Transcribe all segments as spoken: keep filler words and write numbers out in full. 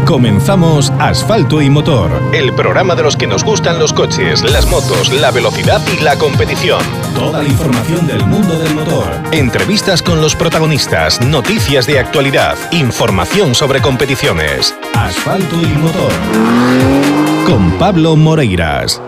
Comenzamos Asfalto y Motor, el programa de los que nos gustan los coches, las motos, la velocidad y la competición. Toda la información del mundo del motor. Entrevistas con los protagonistas, noticias de actualidad, información sobre competiciones. Asfalto y Motor. Con Pablo Moreiras.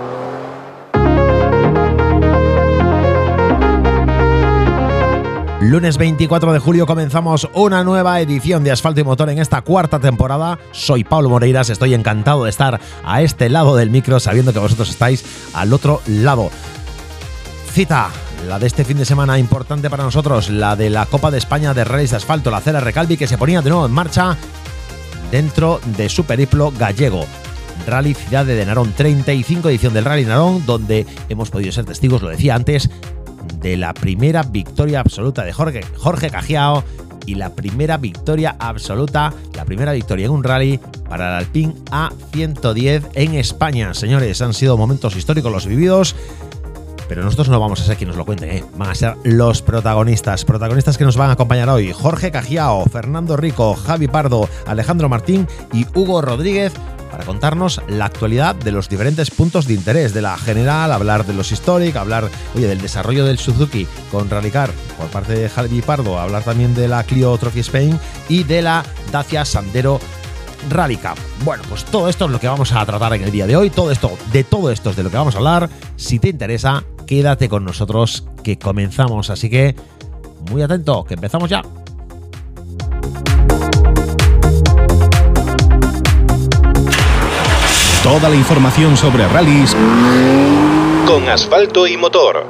Lunes veinticuatro de julio comenzamos una nueva edición de Asfalto y Motor en esta cuarta temporada. Soy Pablo Moreiras, estoy encantado de estar a este lado del micro sabiendo que vosotros estáis al otro lado. Cita, la de este fin de semana importante para nosotros, la de la Copa de España de Rallys de Asfalto, la C L R Calvi, que se ponía de nuevo en marcha dentro de su periplo gallego. Rally Ciudad de Narón, treinta y cinco edición del Rally Narón, donde hemos podido ser testigos, lo decía antes, de la primera victoria absoluta de Jorge, Jorge Cajiao y la primera victoria absoluta, la primera victoria en un rally para el Alpine A ciento diez en España. Señores, han sido momentos históricos los vividos, pero nosotros no vamos a ser quien nos lo cuente, ¿eh? Van a ser los protagonistas, protagonistas que nos van a acompañar hoy: Jorge Cajiao, Fernando Rico, Javi Pardo, Alejandro Martín y Hugo Rodríguez, para contarnos la actualidad de los diferentes puntos de interés de la general, hablar de los Historic, hablar, oye, del desarrollo del Suzuki con Rallycar por parte de Javi Pardo, hablar también de la Clio Trophy Spain y de la Dacia Sandero Rally Cup. Bueno, pues todo esto es lo que vamos a tratar en el día de hoy, todo esto, de todo esto es de lo que vamos a hablar. Si te interesa, quédate con nosotros que comenzamos, así que muy atento, que empezamos ya. Toda la información sobre rallies con Asfalto y Motor.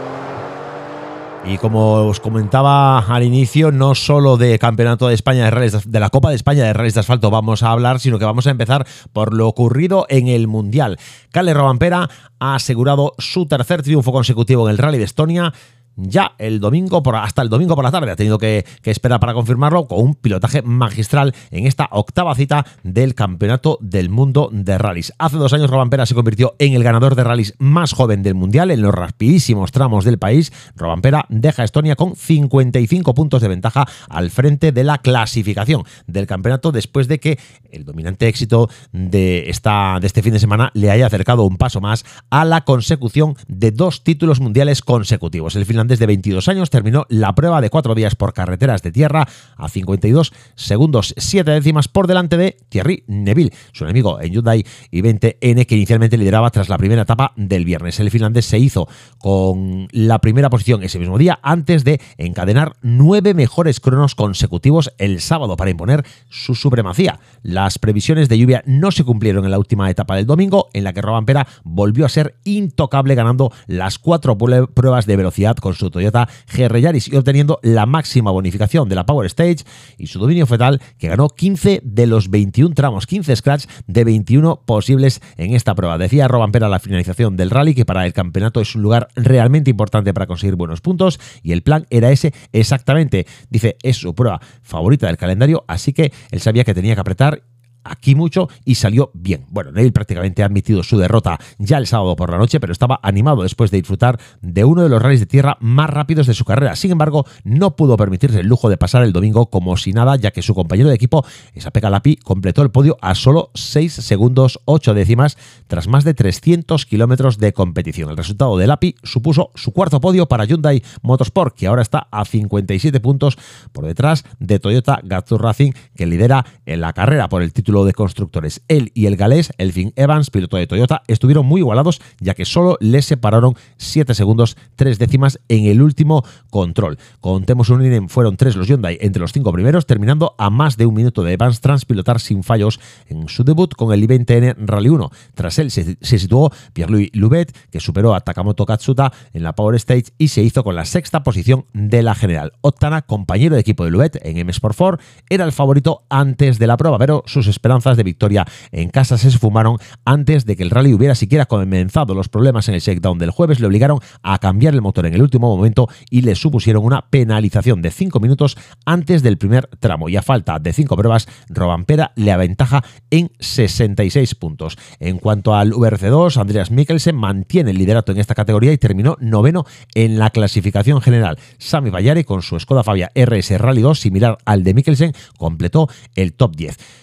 Y como os comentaba al inicio, no solo de Campeonato de España de Rallys, de la Copa de España de Rallys de Asfalto vamos a hablar, sino que vamos a empezar por lo ocurrido en el Mundial. Kalle Rovanperä ha asegurado su tercer triunfo consecutivo en el Rally de Estonia. Ya el domingo, por, hasta el domingo por la tarde, ha tenido que, que esperar para confirmarlo, con un pilotaje magistral en esta octava cita del Campeonato del Mundo de Rallys. Hace dos años Rovanperä se convirtió en el ganador de rallys más joven del Mundial en los rapidísimos tramos del país. Rovanperä deja Estonia con cincuenta y cinco puntos de ventaja al frente de la clasificación del campeonato, después de que el dominante éxito de, esta, de este fin de semana le haya acercado un paso más a la consecución de dos títulos mundiales consecutivos. El finlandés de veintidós años terminó la prueba de cuatro días por carreteras de tierra a cincuenta y dos segundos siete décimas por delante de Thierry Neuville, su enemigo en Hyundai i veinte N, que inicialmente lideraba tras la primera etapa del viernes. El finlandés se hizo con la primera posición ese mismo día, antes de encadenar nueve mejores cronos consecutivos el sábado para imponer su supremacía. Las previsiones de lluvia no se cumplieron en la última etapa del domingo, en la que Rovanperä volvió a ser intocable, ganando las cuatro pruebas de velocidad con su Toyota G R Yaris y obteniendo la máxima bonificación de la Power Stage, y su dominio fue tal que ganó quince de los veintiún tramos, quince scratch de veintiuno posibles en esta prueba. Decía Rovanperä a la finalización del rally que para el campeonato es un lugar realmente importante para conseguir buenos puntos, y el plan era ese exactamente. Dice, es su prueba favorita del calendario, así que él sabía que tenía que apretar aquí mucho y salió bien. Bueno, Neil prácticamente ha admitido su derrota ya el sábado por la noche, pero estaba animado después de disfrutar de uno de los rallies de tierra más rápidos de su carrera. Sin embargo, no pudo permitirse el lujo de pasar el domingo como si nada, ya que su compañero de equipo, Esa-Pekka Lappi, completó el podio a solo seis segundos ocho décimas tras más de trescientos kilómetros de competición. El resultado de Lappi supuso su cuarto podio para Hyundai Motorsport, que ahora está a cincuenta y siete puntos por detrás de Toyota Gazoo Racing, que lidera en la carrera por el título de constructores. Él y el galés Elfyn Evans, piloto de Toyota, estuvieron muy igualados, ya que solo les separaron siete segundos tres décimas en el último control. Contemos un Uninen, fueron tres los Hyundai entre los cinco primeros, terminando a más de un minuto de Evans tras pilotar sin fallos en su debut con el i veinte N Rally uno. Tras él se, se situó Pierre-Louis Loubet, que superó a Takamoto Katsuta en la Power Stage y se hizo con la sexta posición de la general. Ottana, compañero de equipo de Loubet en M Sport cuatro, era el favorito antes de la prueba, pero sus esperanzas de victoria en casa se esfumaron antes de que el rally hubiera siquiera comenzado. Los problemas en el shakedown del jueves le obligaron a cambiar el motor en el último momento y le supusieron una penalización de cinco minutos antes del primer tramo, y a falta de cinco pruebas Rovanperä le aventaja en sesenta y seis puntos. En cuanto al V R C dos, Andreas Mikkelsen mantiene el liderato en esta categoría y terminó noveno en la clasificación general. Sami Vajari, con su Skoda Fabia R S Rally dos, similar al de Mikkelsen, completó el top diez.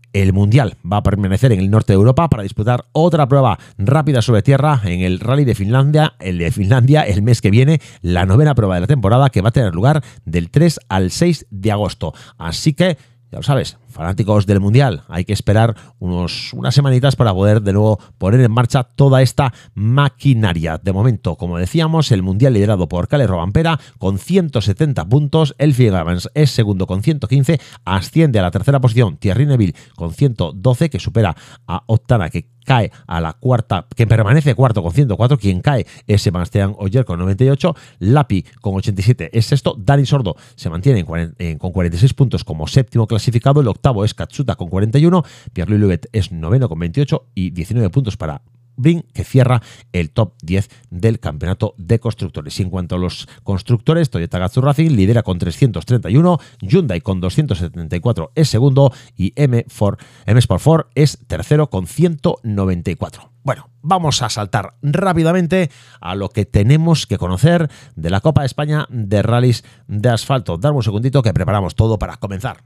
el Mundial va a permanecer en el norte de Europa para disputar otra prueba rápida sobre tierra en el Rally de Finlandia, el de Finlandia el mes que viene, la novena prueba de la temporada que va a tener lugar del tres al seis de agosto. Así que, ya lo sabes, fanáticos del Mundial, hay que esperar unos, unas semanitas para poder de nuevo poner en marcha toda esta maquinaria. De momento, como decíamos, el Mundial liderado por Kalle Rovanperä con ciento setenta puntos, Elfyn Evans es segundo con ciento quince, asciende a la tercera posición Thierry Neuville con ciento doce, que supera a Ottana, que cae a la cuarta, que permanece cuarto con ciento cuatro, quien cae es Sebastián Ogier con noventa y ocho, Lappi con ochenta y siete es sexto, Dani Sordo se mantiene en cuarenta, en, con cuarenta y seis puntos como séptimo clasificado, el octavo es Katsuta con cuarenta y uno, Pierre-Louis Louvet es noveno con veintiocho y diecinueve puntos para Brink, que cierra el top diez del campeonato de constructores. Y en cuanto a los constructores, Toyota Gazoo Racing lidera con trescientos treinta y uno, Hyundai con doscientos setenta y cuatro es segundo y M, cuatro, M Sport Ford es tercero con ciento noventa y cuatro. Bueno, vamos a saltar rápidamente a lo que tenemos que conocer de la Copa de España de Rallys de Asfalto. Dame un segundito que preparamos todo para comenzar.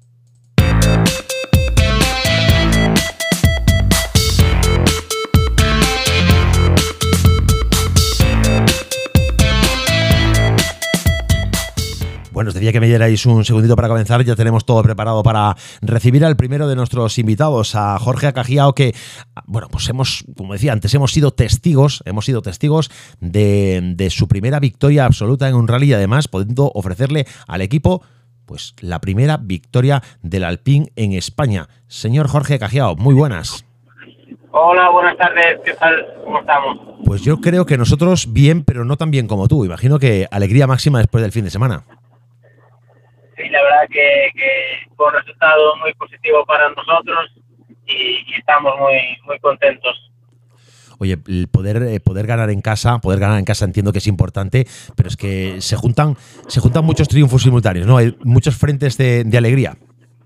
Bueno, os decía que me dierais un segundito para comenzar. Ya tenemos todo preparado para recibir al primero de nuestros invitados, a Jorge Acajiao, que, bueno, pues hemos, como decía antes, hemos sido testigos, hemos sido testigos de, de su primera victoria absoluta en un rally y además pudiendo ofrecerle al equipo pues la primera victoria del Alpine en España. Señor Jorge Acajiao, muy buenas. Hola, buenas tardes, ¿qué tal? ¿Cómo estamos? Pues yo creo que nosotros bien, pero no tan bien como tú. Imagino que alegría máxima después del fin de semana. Sí, la verdad que, que fue un resultado muy positivo para nosotros y, y estamos muy muy contentos. Oye, el poder, eh, poder ganar en casa, poder ganar en casa entiendo que es importante, pero es que se juntan, se juntan muchos triunfos simultáneos, ¿no? Hay muchos frentes de, de alegría.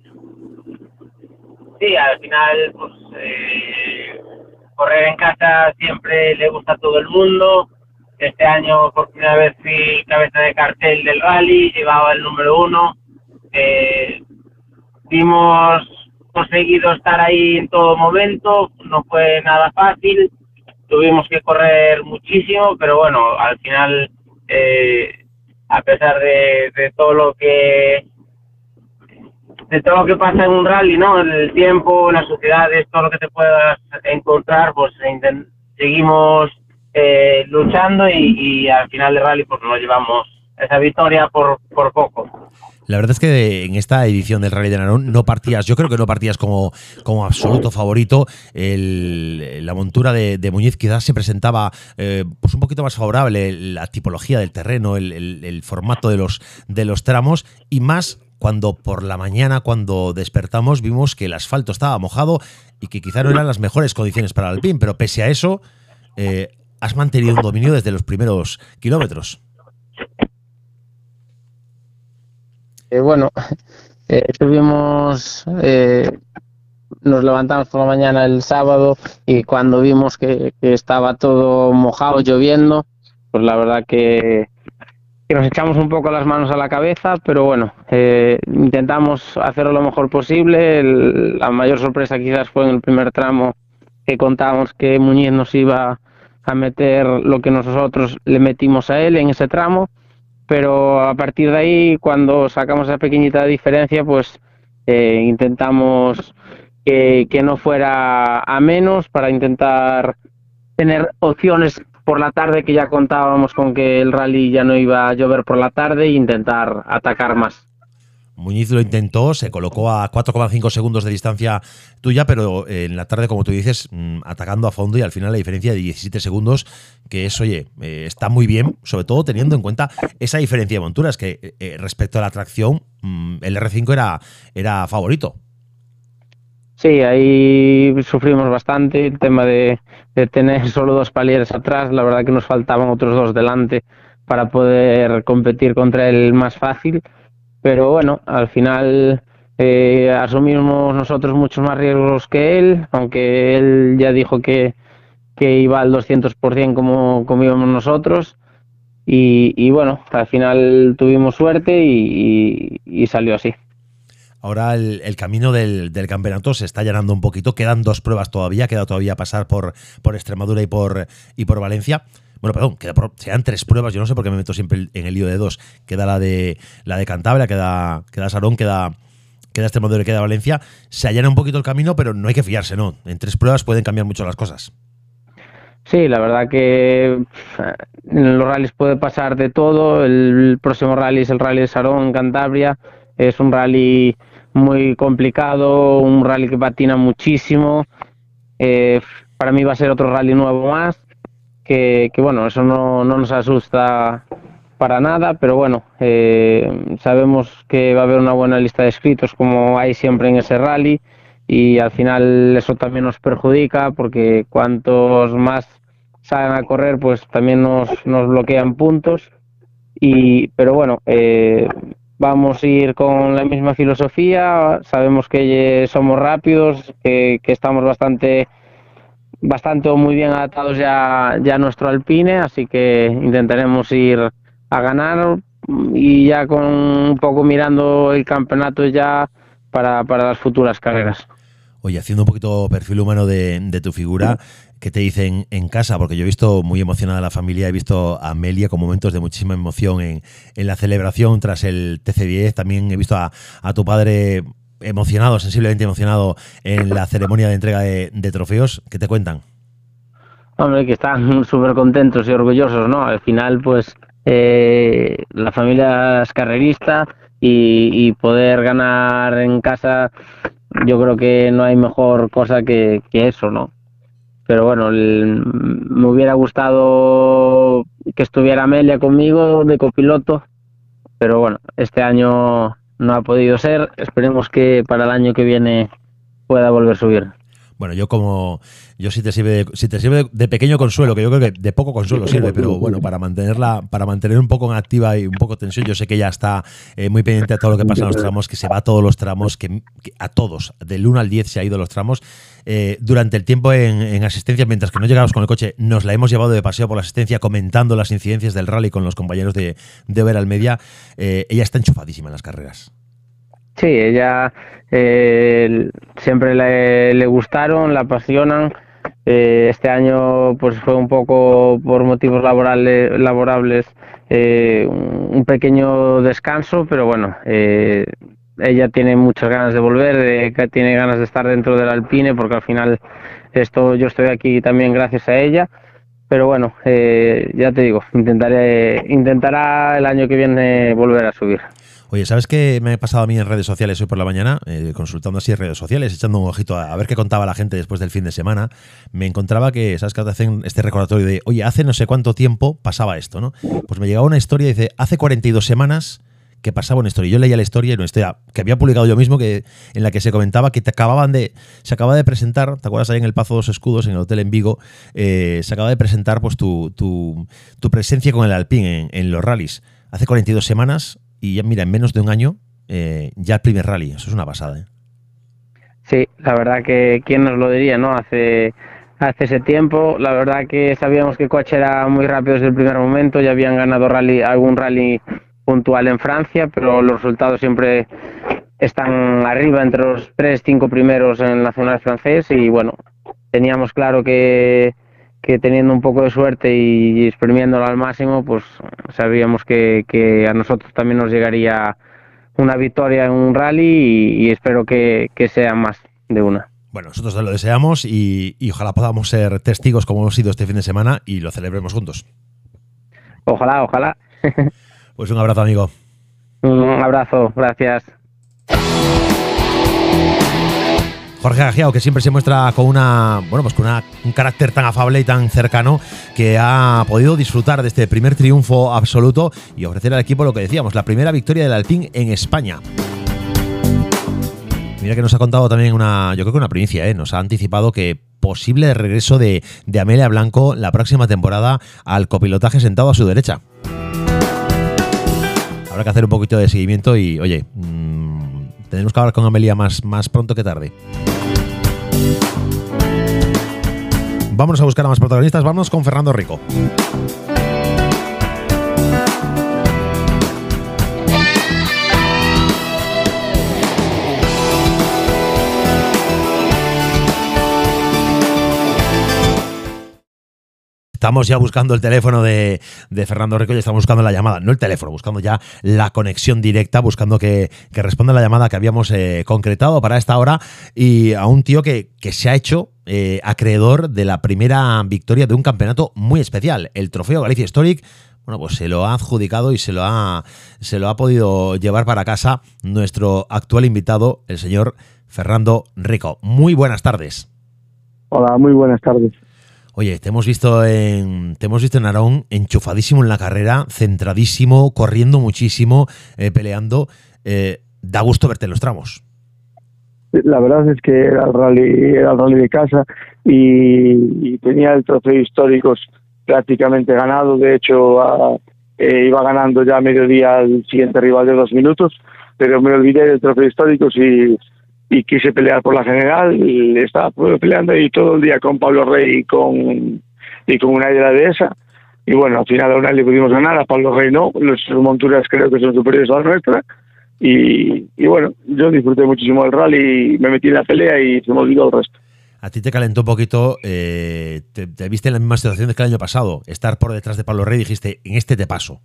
Sí, al final, pues eh, correr en casa siempre le gusta a todo el mundo. Este año por primera vez fui cabeza de cartel del rally, llevaba el número uno. Eh, hemos conseguido estar ahí en todo momento, no fue nada fácil, tuvimos que correr muchísimo, pero bueno, al final, eh, a pesar de, de todo lo que de todo lo que pasa en un rally, ¿no? El tiempo, las sociedades, todo lo que te puedas encontrar, pues seguimos Eh, luchando y, y al final del rally pues nos llevamos esa victoria por, por poco. La verdad es que en esta edición del Rally de Narón no partías, yo creo que no partías como, como absoluto favorito. El, la montura de, de Muñiz quizás se presentaba eh, pues un poquito más favorable, la tipología del terreno, el, el, el formato de los, de los tramos y más cuando por la mañana, cuando despertamos, vimos que el asfalto estaba mojado y que quizá no eran las mejores condiciones para el Alpine, pero pese a eso eh, has mantenido un dominio desde los primeros kilómetros. Eh, bueno, eh, estuvimos, eh, nos levantamos por la mañana el sábado y cuando vimos que, que estaba todo mojado, lloviendo, pues la verdad que, que nos echamos un poco las manos a la cabeza, pero bueno, eh, intentamos hacerlo lo mejor posible. El, la mayor sorpresa quizás fue en el primer tramo, que contábamos que Muñiz nos iba a meter lo que nosotros le metimos a él en ese tramo, pero a partir de ahí, cuando sacamos esa pequeñita diferencia, pues eh, intentamos que, que no fuera a menos para intentar tener opciones por la tarde, que ya contábamos con que el rally ya no iba a llover por la tarde, e intentar atacar más. Muñiz lo intentó, se colocó a cuatro coma cinco segundos de distancia tuya, pero en la tarde, como tú dices, atacando a fondo y al final la diferencia de diecisiete segundos, que es, oye, eh, está muy bien, sobre todo teniendo en cuenta esa diferencia de monturas, que eh, respecto a la tracción, el R cinco era, era favorito. Sí, ahí sufrimos bastante el tema de, de tener solo dos palieres atrás. La verdad que nos faltaban otros dos delante para poder competir contra el más fácil. Pero bueno, al final eh, asumimos nosotros muchos más riesgos que él, aunque él ya dijo que, que iba al doscientos por ciento como, como íbamos nosotros. Y, y bueno, al final tuvimos suerte y, y, y salió así. Ahora el, el camino del, del campeonato se está allanando un poquito. Quedan dos pruebas todavía. Queda todavía pasar por, por Extremadura y por, y por Valencia. Bueno, perdón, queda por, quedan tres pruebas. Yo no sé por qué me meto siempre en el lío de dos. Queda la de la de Cantabria, queda, queda Sarón, queda, queda Extremadura y queda Valencia. Se allana un poquito el camino, pero no hay que fiarse, ¿no? En tres pruebas pueden cambiar mucho las cosas. Sí, la verdad que en los rallies puede pasar de todo. El próximo rally es el Rally de Sarón en Cantabria. Es un rally muy complicado, un rally que patina muchísimo. Eh, para mí va a ser otro rally nuevo más, que, que bueno, eso no, no nos asusta para nada, pero bueno, eh, sabemos que va a haber una buena lista de inscritos como hay siempre en ese rally, y al final eso también nos perjudica porque cuantos más salgan a correr pues también nos, nos bloquean puntos. Y pero bueno, eh, vamos a ir con la misma filosofía. Sabemos que somos rápidos, que, que estamos bastante bastante o muy bien adaptados ya, ya a nuestro Alpine, así que intentaremos ir a ganar y ya con un poco mirando el campeonato ya para, para las futuras carreras. Oye, haciendo un poquito perfil humano de, de tu figura, ¿qué te dicen en casa? Porque yo he visto muy emocionada a la familia, he visto a Amelia con momentos de muchísima emoción en, en la celebración tras el T C diez. También he visto a, a tu padre emocionado, sensiblemente emocionado en la ceremonia de entrega de, de trofeos. ¿Qué te cuentan? Hombre, que están súper contentos y orgullosos, ¿no? Al final, pues, eh, la familia es carrerista y, y poder ganar en casa, yo creo que no hay mejor cosa que, que eso, ¿no? Pero bueno, el, me hubiera gustado que estuviera Amelia conmigo de copiloto, pero bueno, este año no ha podido ser. Esperemos que para el año que viene pueda volver a subir. Bueno, yo como yo si te sirve de, si te sirve de pequeño consuelo, que yo creo que de poco consuelo sirve, pero bueno, para mantenerla, para mantener un poco en activa y un poco de tensión, yo sé que ella está eh, muy pendiente a todo lo que pasa en los tramos, que se va a todos los tramos, que, que a todos, del uno al diez se ha ido los tramos. Eh, durante el tiempo en, en asistencia, mientras que no llegamos con el coche, nos la hemos llevado de paseo por la asistencia comentando las incidencias del rally con los compañeros de, de Over Almedia. Eh, ella está enchufadísima en las carreras. Sí, ella eh, siempre le, le gustaron, la apasionan. Eh, este año pues fue un poco por motivos laborales, laborables eh, un pequeño descanso, pero bueno, eh, ella tiene muchas ganas de volver, de, tiene ganas de estar dentro del Alpine, porque al final esto yo estoy aquí también gracias a ella. Pero bueno, eh, ya te digo, intentaré intentará el año que viene volver a subir. Oye, ¿sabes qué me he pasado a mí en redes sociales hoy por la mañana? Eh, consultando así en redes sociales, echando un ojito a, a ver qué contaba la gente después del fin de semana. Me encontraba que, ¿sabes? Que te hacen este recordatorio de, oye, hace no sé cuánto tiempo pasaba esto, ¿no? Pues me llegaba una historia y dice, hace cuarenta y dos semanas que pasaba una historia. Yo leía la historia y una historia que había publicado yo mismo, que en la que se comentaba que te acababan de se acaba de presentar, ¿te acuerdas ahí en el Pazo Dos Escudos, en el hotel en Vigo? Eh, se acaba de presentar pues tu, tu, tu presencia con el Alpine en, en los rallies. Hace cuarenta y dos semanas y ya mira, en menos de un año eh, ya el primer rally. Eso es una pasada, ¿eh? Sí, la verdad que quién nos lo diría, ¿no? Hace hace ese tiempo, la verdad que sabíamos que el coche era muy rápido desde el primer momento, ya habían ganado rally algún rally puntual en Francia, pero los resultados siempre están arriba entre los tres, cinco primeros en el nacional francés, y bueno, teníamos claro que, que teniendo un poco de suerte y exprimiéndolo al máximo, pues sabíamos que, que a nosotros también nos llegaría una victoria en un rally y, y espero que, que sea más de una. Bueno, nosotros te lo deseamos y, y ojalá podamos ser testigos como hemos sido este fin de semana y lo celebremos juntos. Ojalá, ojalá. Pues un abrazo, amigo. Un abrazo, gracias. Jorge Agiao, que siempre se muestra con una, bueno, pues con una, un carácter tan afable y tan cercano, que ha podido disfrutar de este primer triunfo absoluto y ofrecer al equipo lo que decíamos, la primera victoria del Alpine en España. Mira que nos ha contado también una, yo creo que una primicia, ¿eh? Nos ha anticipado que posible regreso de, de Amelia Blanco la próxima temporada al copilotaje sentado a su derecha. Habrá que hacer un poquito de seguimiento y, oye, mmm, tenemos que hablar con Amelia más, más pronto que tarde. Vámonos a buscar a más protagonistas. Vámonos con Fernando Rico. estamos ya buscando el teléfono de, de Fernando Rico, ya estamos buscando la llamada, no el teléfono, buscando ya la conexión directa, buscando que, que responda la llamada que habíamos eh, concretado para esta hora, y a un tío que, que se ha hecho eh, acreedor de la primera victoria de un campeonato muy especial, el Trofeo Galicia Historic. Bueno, pues se lo ha adjudicado y se lo ha, se lo ha podido llevar para casa nuestro actual invitado, el señor Fernando Rico. Muy buenas tardes. Hola, muy buenas tardes. Oye, te hemos visto en te hemos visto en Narón, enchufadísimo en la carrera, centradísimo, corriendo muchísimo, eh, peleando. Eh, da gusto verte en los tramos. La verdad es que era el rally, era el rally de casa y, y tenía el trofeo históricos prácticamente ganado. De hecho, a, eh, iba ganando ya a mediodía al siguiente rival de dos minutos, pero me olvidé del trofeo históricos y, y quise pelear por la general. Y estaba peleando ahí todo el día con Pablo Rey y con, y con Unai de la Dehesa. Y bueno, al final a Unai le pudimos ganar, a Pablo Rey no. Las monturas creo que son superiores a la nuestra. Y, y bueno, yo disfruté muchísimo del rally y me metí en la pelea y se me olvidó el resto. A ti te calentó un poquito, eh, te, te viste en la misma situación que el año pasado, estar por detrás de Pablo Rey, dijiste, en este te paso.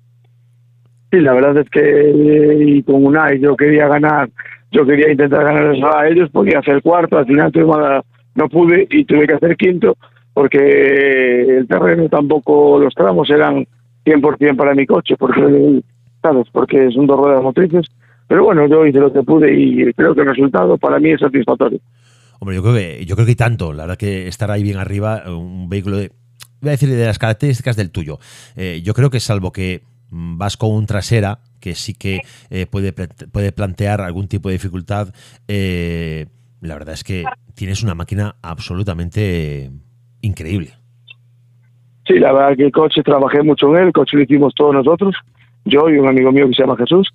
Sí, la verdad es que y con Unai yo quería ganar, yo quería intentar ganar a ellos, podía hacer cuarto, al final tuve, no pude y tuve que hacer quinto, porque el terreno tampoco, los tramos eran cien por ciento para mi coche, porque, ¿sabes? Porque son dos ruedas motrices, pero bueno, yo hice lo que pude y creo que el resultado para mí es satisfactorio. Hombre, yo creo que yo creo que hay tanto, la verdad que estar ahí bien arriba, un vehículo de, voy a decir de las características del tuyo. Eh, yo creo que salvo que vas con un trasera, que sí que eh, puede, puede plantear algún tipo de dificultad, eh, la verdad es que tienes una máquina absolutamente increíble. Sí, la verdad que el coche, trabajé mucho en él, el coche lo hicimos todos nosotros, yo y un amigo mío que se llama Jesús.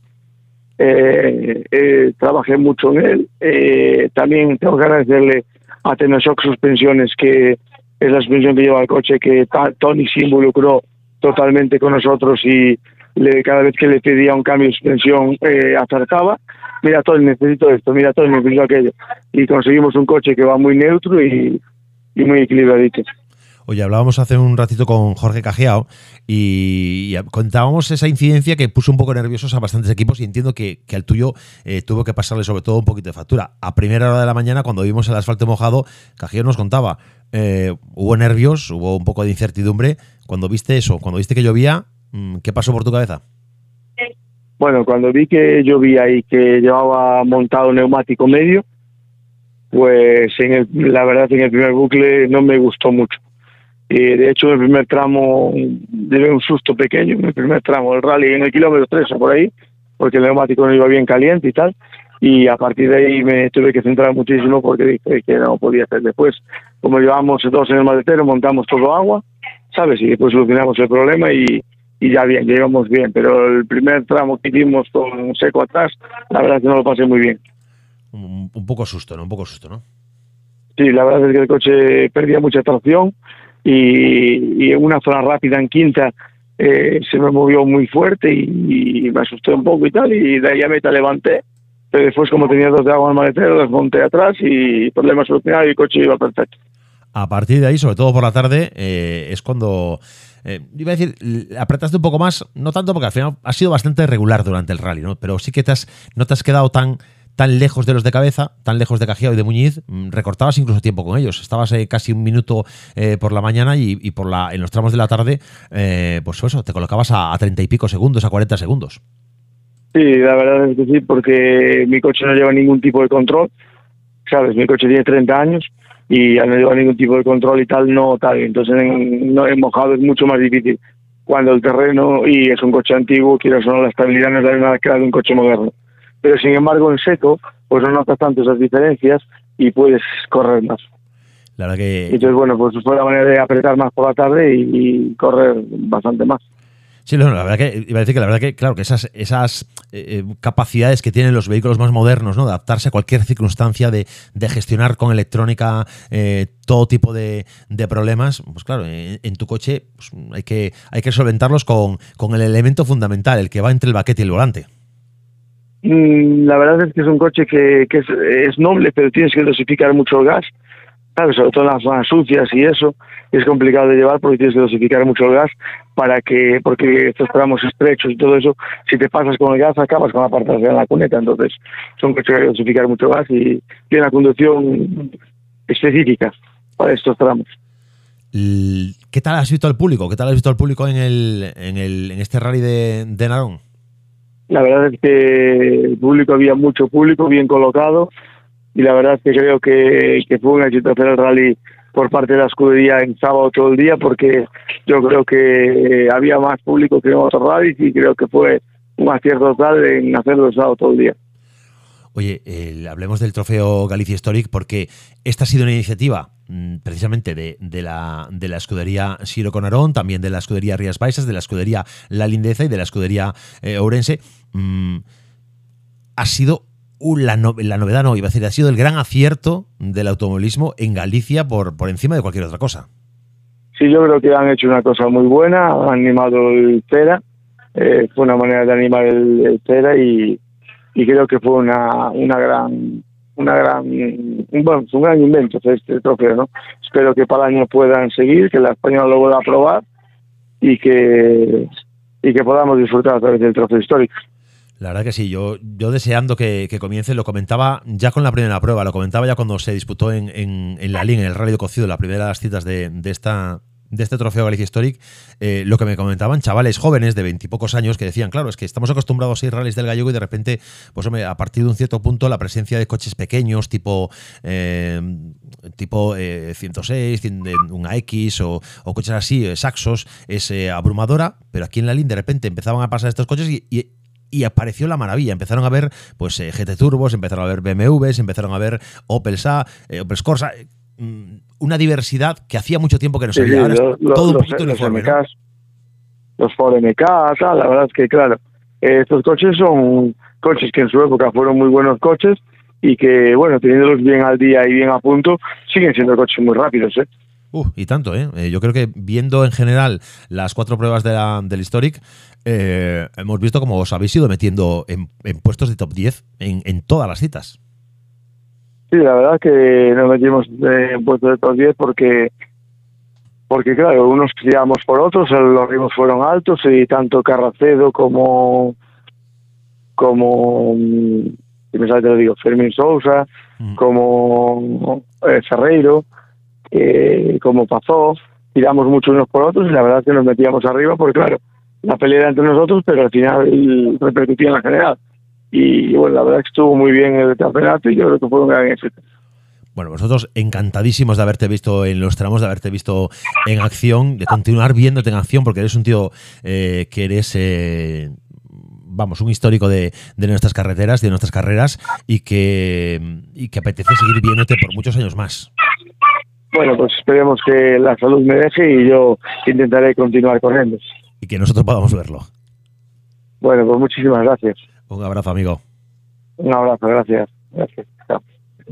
Eh, eh, trabajé mucho en él. Eh, también tengo que agradecerle a Tenoshock Suspensiones, que es la suspensión que lleva el coche, que ta, Tony se involucró totalmente con nosotros y le, cada vez que le pedía un cambio de suspensión eh, acertaba. Mira Tony, necesito esto, mira Tony, necesito aquello. Y conseguimos un coche que va muy neutro y, y muy equilibradito. Oye, hablábamos hace un ratito con Jorge Cajiao y, y contábamos esa incidencia que puso un poco nerviosos a bastantes equipos, y entiendo que, que al tuyo eh, tuvo que pasarle sobre todo un poquito de factura. A primera hora de la mañana, cuando vimos el asfalto mojado, Cajiao nos contaba, eh, hubo nervios, hubo un poco de incertidumbre. Cuando viste eso, cuando viste que llovía, ¿qué pasó por tu cabeza? Bueno, cuando vi que llovía y que llevaba montado neumático medio, pues en el, la verdad en el primer bucle no me gustó mucho. Y de hecho, en el primer tramo llevé un susto pequeño, en el primer tramo del rally, en el kilómetro tres o por ahí, porque el neumático no iba bien caliente y tal, y a partir de ahí me tuve que centrar muchísimo porque dije que no podía hacer. Después, como llevamos dos en el maletero, montamos todo agua, ¿sabes? Y después solucionamos el problema y, y ya bien, ya íbamos bien, pero el primer tramo que hicimos con seco atrás, la verdad es que no lo pasé muy bien. Un, un poco susto, ¿no? Un poco susto, ¿no? Sí, la verdad es que el coche perdía mucha tracción, y, y en una zona rápida en quinta eh, se me movió muy fuerte y, y me asusté un poco y tal, y de ahí a meta levanté, pero después como tenía dos de agua en el maletero las monté atrás y problema solucionado y el coche iba perfecto. A partir de ahí, sobre todo por la tarde, eh, es cuando eh, iba a decir, apretaste un poco más, no tanto porque al final has sido bastante regular durante el rally, ¿no? Pero sí que te has, no te has quedado tan tan lejos de los de cabeza, tan lejos de Cajiao y de Muñiz, recortabas incluso tiempo con ellos. Estabas eh, casi un minuto eh, por la mañana y, y por la en los tramos de la tarde, eh, pues eso, te colocabas a treinta y pico segundos, a cuarenta segundos. Sí, la verdad es que sí, porque mi coche no lleva ningún tipo de control, ¿sabes? Mi coche tiene treinta años y al no llevar ningún tipo de control y tal, no tal. Entonces en, no, en mojado es mucho más difícil. Cuando el terreno, y es un coche antiguo, quiero sonar, la estabilidad no es la misma que la de un coche moderno. Pero sin embargo en seco pues no notas tanto esas diferencias y puedes correr más. La verdad que... Entonces bueno, pues fue la manera de apretar más por la tarde y, y correr bastante más. Sí, no, la verdad que iba a decir que la verdad que claro que esas esas eh, capacidades que tienen los vehículos más modernos, ¿no? De adaptarse a cualquier circunstancia, de, de gestionar con electrónica eh, todo tipo de, de problemas, pues claro, en, en tu coche pues, hay que hay que solventarlos con, con el elemento fundamental, el que va entre el baquete y el volante. La verdad es que es un coche que, que es, es noble, pero tienes que dosificar mucho el gas ¿sabes? Sobre todo en las zonas sucias y eso, es complicado de llevar porque tienes que dosificar mucho el gas para que, porque estos tramos estrechos y todo eso, si te pasas con el gas acabas con la parte trasera en la cuneta, entonces son coches que hay que dosificar mucho gas y tiene una conducción específica para estos tramos. ¿Qué tal has visto al público? ¿Qué tal has visto al público en el en el en este rally de, de Narón? La verdad es que el público, había mucho público bien colocado y la verdad es que creo que, que fue un éxito hacer el rally por parte de la escudería en sábado todo el día, porque yo creo que había más público que en otros rallies y creo que fue un acierto total en hacerlo el sábado todo el día. Oye, eh, hablemos del trofeo Galicia Historic, porque esta ha sido una iniciativa mmm, precisamente de, de, la, de la escudería Siro Conarón, también de la escudería Rías Baixas, de la escudería La Lindeza y de la escudería eh, Ourense. Mm, ha sido uh, la, no, la novedad, no, iba a decir, ha sido el gran acierto del automovilismo en Galicia por, por encima de cualquier otra cosa. Sí, yo creo que han hecho una cosa muy buena, han animado el Cera, eh, fue una manera de animar el, el Cera y y creo que fue una una gran una gran un, bueno, un gran invento este trofeo, ¿no? Espero que para el año puedan seguir, que la española lo vuelva a probar y que y que podamos disfrutar a través del trofeo histórico. La verdad que sí, yo, yo deseando que, que comience, lo comentaba ya con la primera prueba, lo comentaba ya cuando se disputó en, en, en la Lin, en el Rally de Cocido, la primera de las citas de, de esta de este trofeo Galicia Historic, eh, lo que me comentaban chavales jóvenes de veintipocos años que decían, claro, es que estamos acostumbrados a ir rallies del Gallego y de repente, pues hombre, a partir de un cierto punto la presencia de coches pequeños tipo eh, tipo eh, ciento seis, un A X o, o coches así, eh, saxos, es eh, abrumadora, pero aquí en la Lin de repente empezaban a pasar estos coches y, y Y apareció la maravilla, empezaron a ver pues eh, G T Turbos, empezaron a ver B M Ws, empezaron a ver Opel S A, eh, Opel Corsa, eh, una diversidad que hacía mucho tiempo que no se veía. Sí, sí, ahora los, todo un los, poquito los uniforme, M Ks, ¿no? Los Ford M K, tal, la verdad es que claro, eh, estos coches son coches que en su época fueron muy buenos coches y que, bueno, teniéndolos bien al día y bien a punto, siguen siendo coches muy rápidos, ¿eh? Uh, y tanto, ¿eh? ¿eh? Yo creo que viendo en general las cuatro pruebas de la, del Historic, eh, hemos visto cómo os habéis ido metiendo en, en puestos de top diez en, en todas las citas. Sí, la verdad es que nos metimos en puestos de top diez porque, porque claro, unos tiramos por otros, los ritmos fueron altos y tanto Carracedo como, como si me sale te lo digo, Fermín Sousa, mm. como eh, Ferreiro, Eh, como pasó, tiramos mucho unos por otros y la verdad es que nos metíamos arriba porque claro, la pelea era entre nosotros, pero al final repercutía en la general y bueno, la verdad es que estuvo muy bien el campeonato y yo creo que fue un gran éxito. Bueno, nosotros encantadísimos de haberte visto en los tramos, de haberte visto en acción, de continuar viéndote en acción porque eres un tío eh, que eres eh, vamos, un histórico de, de nuestras carreteras, de nuestras carreras y que, y que apetece seguir viéndote por muchos años más. Bueno, pues esperemos que la salud me deje y yo intentaré continuar corriendo. Y que nosotros podamos verlo. Bueno, pues muchísimas gracias. Un abrazo, amigo. Un abrazo, gracias. Gracias. Chao.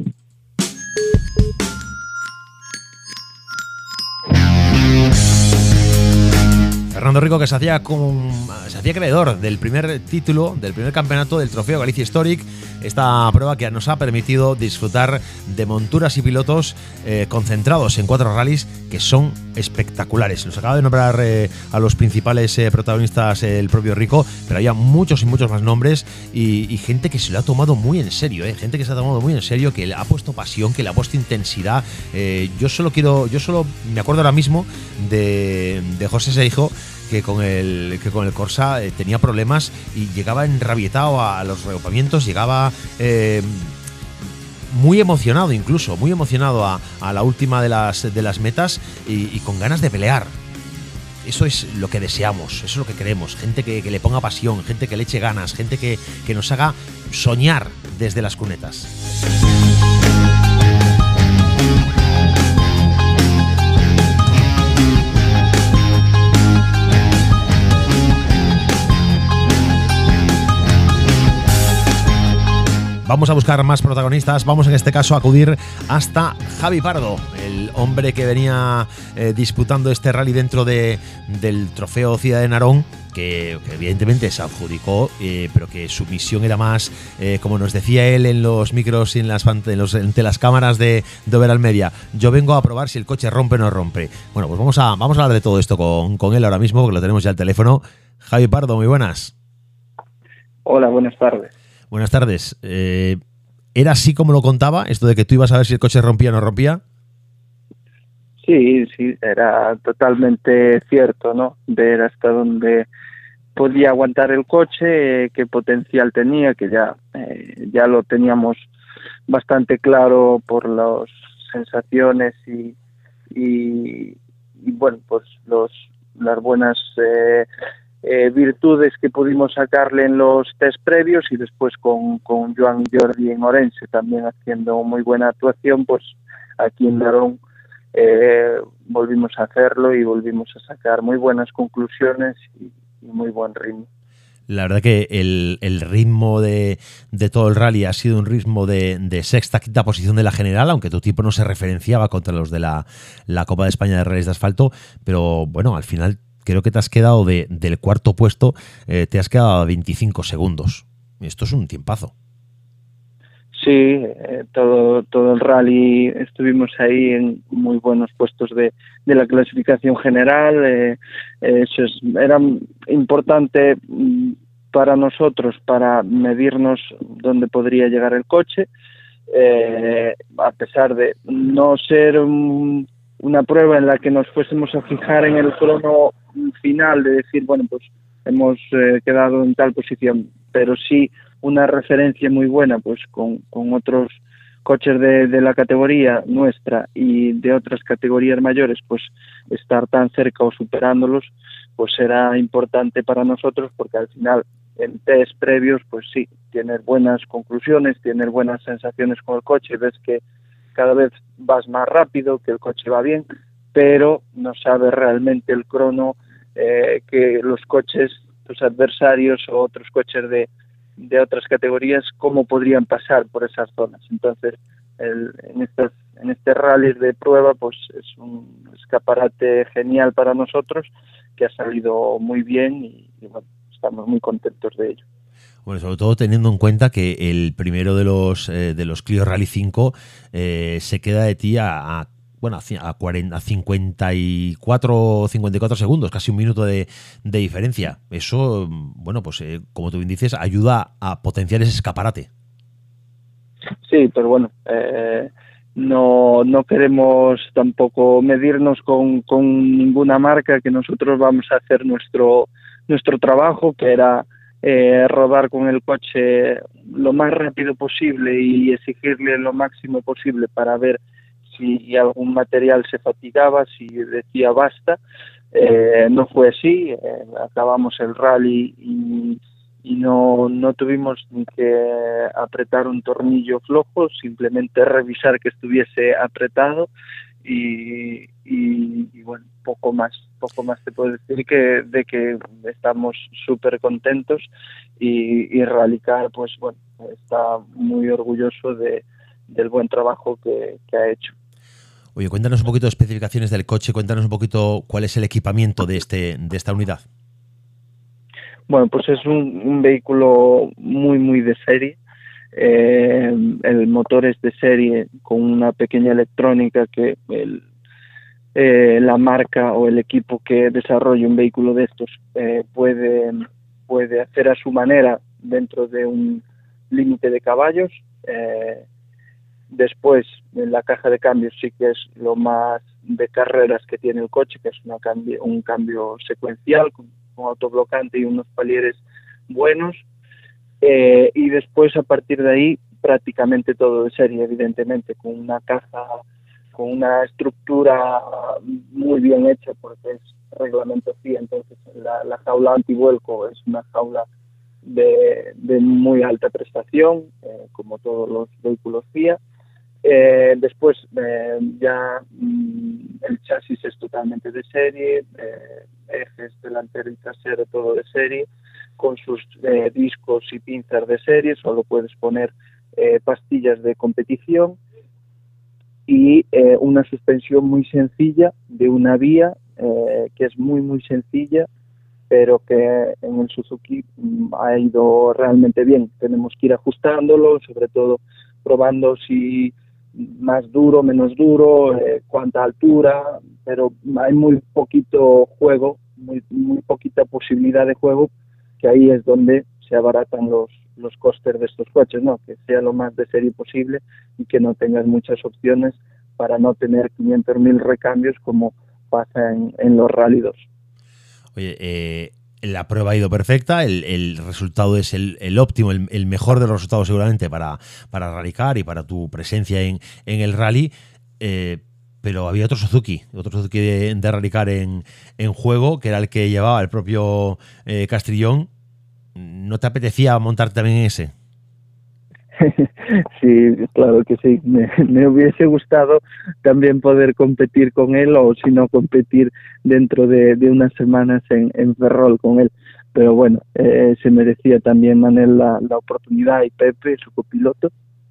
Fernando Rico, que se hacía con, se hacía acreedor del primer título, del primer campeonato del Trofeo Galicia Historic, esta prueba que nos ha permitido disfrutar de monturas y pilotos eh, concentrados en cuatro rallies que son espectaculares. Los acaba de nombrar eh, a los principales eh, protagonistas eh, el propio Rico, pero había muchos y muchos más nombres y, y gente que se lo ha tomado muy en serio, eh, gente que se ha tomado muy en serio, que le ha puesto pasión, que le ha puesto intensidad. Eh, yo solo quiero, yo solo me acuerdo ahora mismo de, de José Seijo, que con el que con el Corsa eh, tenía problemas y llegaba enrabietado a, a los reagrupamientos, llegaba eh, muy emocionado incluso, muy emocionado a, a la última de las de las metas y, y con ganas de pelear. Eso es lo que deseamos, eso es lo que queremos, gente que, que le ponga pasión, gente que le eche ganas, gente que, que nos haga soñar desde las cunetas. Vamos a buscar más protagonistas, vamos en este caso a acudir hasta Javi Pardo, el hombre que venía eh, disputando este rally dentro de, del trofeo Ciudad de Narón, que, que evidentemente se adjudicó, eh, pero que su misión era más, eh, como nos decía él en los micros y en las, en los, entre las cámaras de, de Overall Media, yo vengo a probar si el coche rompe o no rompe. Bueno, pues vamos a, vamos a hablar de todo esto con, con él ahora mismo, porque lo tenemos ya al teléfono. Javi Pardo, muy buenas. Hola, buenas tardes. Buenas tardes. Eh, ¿Era así como lo contaba, esto de que tú ibas a ver si el coche rompía o no rompía? Sí, sí, era totalmente cierto, ¿no? Ver hasta dónde podía aguantar el coche, eh, qué potencial tenía, que ya, eh, ya lo teníamos bastante claro por las sensaciones y, y, y bueno, pues los las buenas eh, Eh, virtudes que pudimos sacarle en los test previos, y después con, con Joan y Jordi en Orense también haciendo muy buena actuación, pues aquí en Narón eh, volvimos a hacerlo y volvimos a sacar muy buenas conclusiones y, y muy buen ritmo. La verdad que el, el ritmo de, de todo el rally ha sido un ritmo de, de sexta, quinta posición de la general, aunque tu tiempo no se referenciaba contra los de la, la Copa de España de Rallys de Asfalto, pero bueno, al final creo que te has quedado de, del cuarto puesto, eh, te has quedado a veinticinco segundos. Esto es un tiempazo. Sí, eh, todo todo el rally estuvimos ahí en muy buenos puestos de, de la clasificación general. Eh, eso es, era importante para nosotros para medirnos dónde podría llegar el coche, eh, a pesar de no ser un, una prueba en la que nos fuésemos a fijar en el crono final, de decir, bueno, pues hemos eh, quedado en tal posición, pero sí una referencia muy buena, pues con, con otros coches de, de la categoría nuestra y de otras categorías mayores, pues estar tan cerca o superándolos, pues será importante para nosotros, porque al final en test previos, pues sí, tienes buenas conclusiones, tienes buenas sensaciones con el coche, ves que cada vez vas más rápido, que el coche va bien, pero no sabes realmente el crono eh, que los coches, tus adversarios o otros coches de, de otras categorías, cómo podrían pasar por esas zonas. Entonces, el, en, estas, en este rally de prueba, pues es un escaparate genial para nosotros, que ha salido muy bien y, y bueno, estamos muy contentos de ello. Bueno, sobre todo teniendo en cuenta que el primero de los eh, de los Clio Rally cinco eh, se queda de ti a, a bueno a, cuarenta, a cincuenta y cuatro segundos, casi un minuto de, de diferencia. Eso, bueno, pues eh, como tú bien dices, ayuda a potenciar ese escaparate. Sí, pero bueno, eh, no no queremos tampoco medirnos con, con ninguna marca, que nosotros vamos a hacer nuestro nuestro trabajo, que era Eh, rodar con el coche lo más rápido posible y exigirle lo máximo posible para ver si algún material se fatigaba, si decía basta. Eh, no fue así, eh, acabamos el rally y, y no, no tuvimos ni que apretar un tornillo flojo, simplemente revisar que estuviese apretado y, y, y bueno, poco más, poco más te puedo decir que de que estamos súper contentos y, y Rallycar, pues bueno, está muy orgulloso de, del buen trabajo que, que ha hecho. Oye, cuéntanos un poquito de especificaciones del coche, cuéntanos un poquito cuál es el equipamiento de este de esta unidad. Bueno, pues es un, un vehículo muy, muy de serie. Eh, el motor es de serie con una pequeña electrónica que el, eh, la marca o el equipo que desarrolle un vehículo de estos eh, puede, puede hacer a su manera dentro de un límite de caballos. Eh, después, en la caja de cambios sí que es lo más de carreras que tiene el coche, que es una cambio, un cambio secuencial con, con autoblocante y unos palieres buenos. Eh, y después, a partir de ahí, prácticamente todo de serie, evidentemente, con una caja, con una estructura muy bien hecha, porque es reglamento F I A. Entonces, la, la jaula antivuelco es una jaula de, de muy alta prestación, eh, como todos los vehículos F I A. Eh, después, eh, ya mmm, el chasis es totalmente de serie, eh, ejes delantero y trasero todo de serie, con sus eh, discos y pinzas de serie. Solo puedes poner eh, pastillas de competición y eh, una suspensión muy sencilla de una vía eh, que es muy muy sencilla, pero que en el Suzuki ha ido realmente bien. Tenemos que ir ajustándolo, sobre todo probando si más duro, menos duro, eh, cuánta altura, pero hay muy poquito juego, muy, muy poquita posibilidad de juego, que ahí es donde se abaratan los, los costes de estos coches, ¿no? Que sea lo más de serie posible y que no tengas muchas opciones para no tener quinientos mil recambios como pasa en, en los Rally dos. Oye, eh, la prueba ha ido perfecta, el, el resultado es el, el óptimo, el, el mejor de los resultados seguramente para, para Rallycar y para tu presencia en, en el rally, eh, pero había otro Suzuki, otro Suzuki de, de Rallycar en, en juego, que era el que llevaba el propio eh, Castrillón. ¿No te apetecía montarte también en ese? Sí, claro que sí. Me, me hubiese gustado también poder competir con él, o si no competir dentro de, de unas semanas en, en Ferrol con él. Pero bueno, eh, se merecía también Manel la, la oportunidad, y Pepe, su copiloto.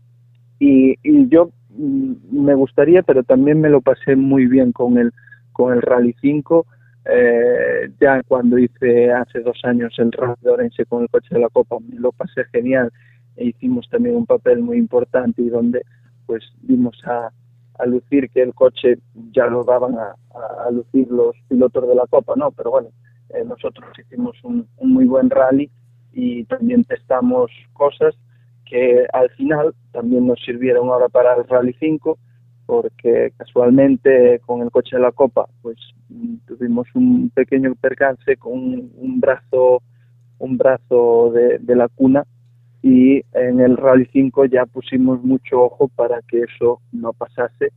Y, y yo mm, me gustaría, pero también me lo pasé muy bien con el, con el Rally cinco. Eh, ya cuando hice hace dos años el Rally de Orense con el coche de la Copa, me lo pasé genial. E hicimos también un papel muy importante, y donde pues dimos a, a lucir que el coche ya lo daban a, a lucir los pilotos de la Copa, ¿no? Pero bueno, eh, nosotros hicimos un, un muy buen rally y también testamos cosas que al final también nos sirvieron ahora para el Rally cinco, porque casualmente con el coche de la Copa pues tuvimos un pequeño percance con un, un brazo un brazo de, de la cuna, y en el Rally cinco ya pusimos mucho ojo para que eso no pasase,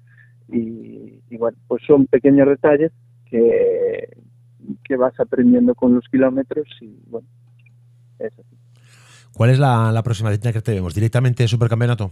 y, y bueno, pues son pequeños detalles que, que vas aprendiendo con los kilómetros, y bueno, es así. ¿Cuál es la, la próxima cita que tenemos? ¿Directamente Supercampeonato?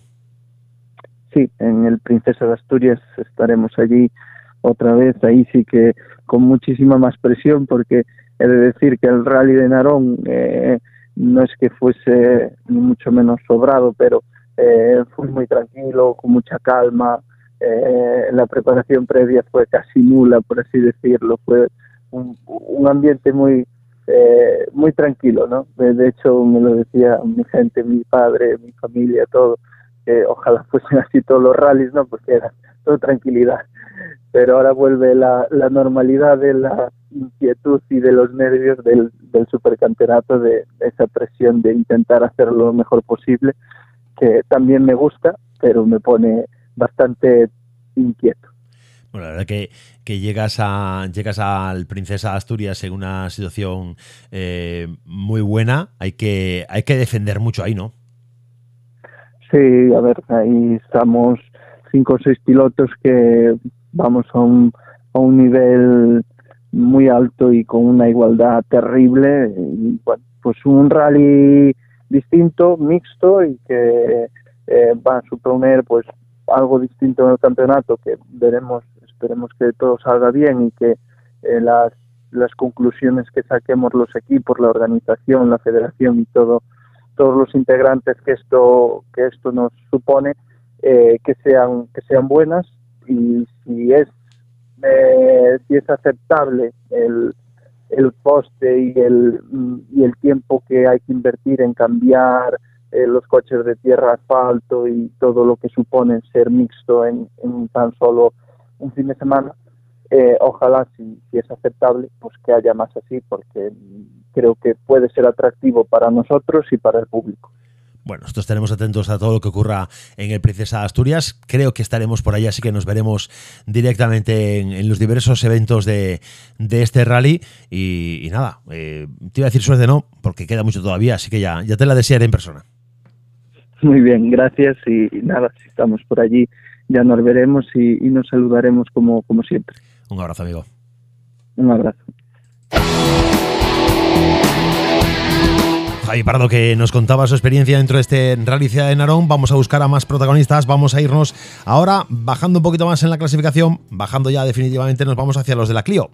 Sí, en el Princesa de Asturias estaremos allí otra vez. Ahí sí que con muchísima más presión, porque he de decir que el Rally de Narón eh, no es que fuese ni mucho menos sobrado, pero eh, fue muy tranquilo, con mucha calma. Eh, la preparación previa fue casi nula, por así decirlo. Fue un, un ambiente muy eh, muy tranquilo, ¿no? De, de hecho, me lo decía mi gente, mi padre, mi familia, todo, que ojalá fuesen así todos los rallies, ¿no? Porque era todo tranquilidad. Pero ahora vuelve la, la normalidad de la inquietud y de los nervios del, del supercampeonato, de esa presión de intentar hacerlo lo mejor posible, que también me gusta, pero me pone bastante inquieto. Bueno, la verdad que, que llegas a llegas al Princesa Asturias en una situación eh, muy buena. Hay que, hay que defender mucho ahí, ¿no? Sí, a ver, ahí estamos cinco o seis pilotos que vamos a un, a un nivel muy alto y con una igualdad terrible. Y, bueno, pues un rally distinto, mixto, y que eh, va a suponer pues algo distinto en el campeonato, que veremos, esperemos que todo salga bien, y que eh, las, las conclusiones que saquemos los equipos, la organización, la federación y todo, todos los integrantes que esto que esto nos supone, eh, que sean que sean buenas. Y si es eh, si es aceptable el el coste y el y el tiempo que hay que invertir en cambiar eh, los coches de tierra a asfalto y todo lo que supone ser mixto en, en tan solo un fin de semana, eh, ojalá, si, si es aceptable, pues que haya más así, porque creo que puede ser atractivo para nosotros y para el público. Bueno, nosotros estaremos atentos a todo lo que ocurra en el Princesa Asturias. Creo que estaremos por allá, así que nos veremos directamente en, en los diversos eventos de, de este rally. Y, y nada, eh, te iba a decir suerte, no, porque queda mucho todavía, así que ya, ya te la desearé en persona. Muy bien, gracias, y, y nada, si estamos por allí ya nos veremos y, y nos saludaremos como, como siempre. Un abrazo, amigo. Un abrazo. Javi Pardo, que nos contaba su experiencia dentro de este Rally Ciudad de Narón. Vamos a buscar a más protagonistas. Vamos a irnos ahora bajando un poquito más en la clasificación. Bajando ya definitivamente nos vamos hacia los de la Clio.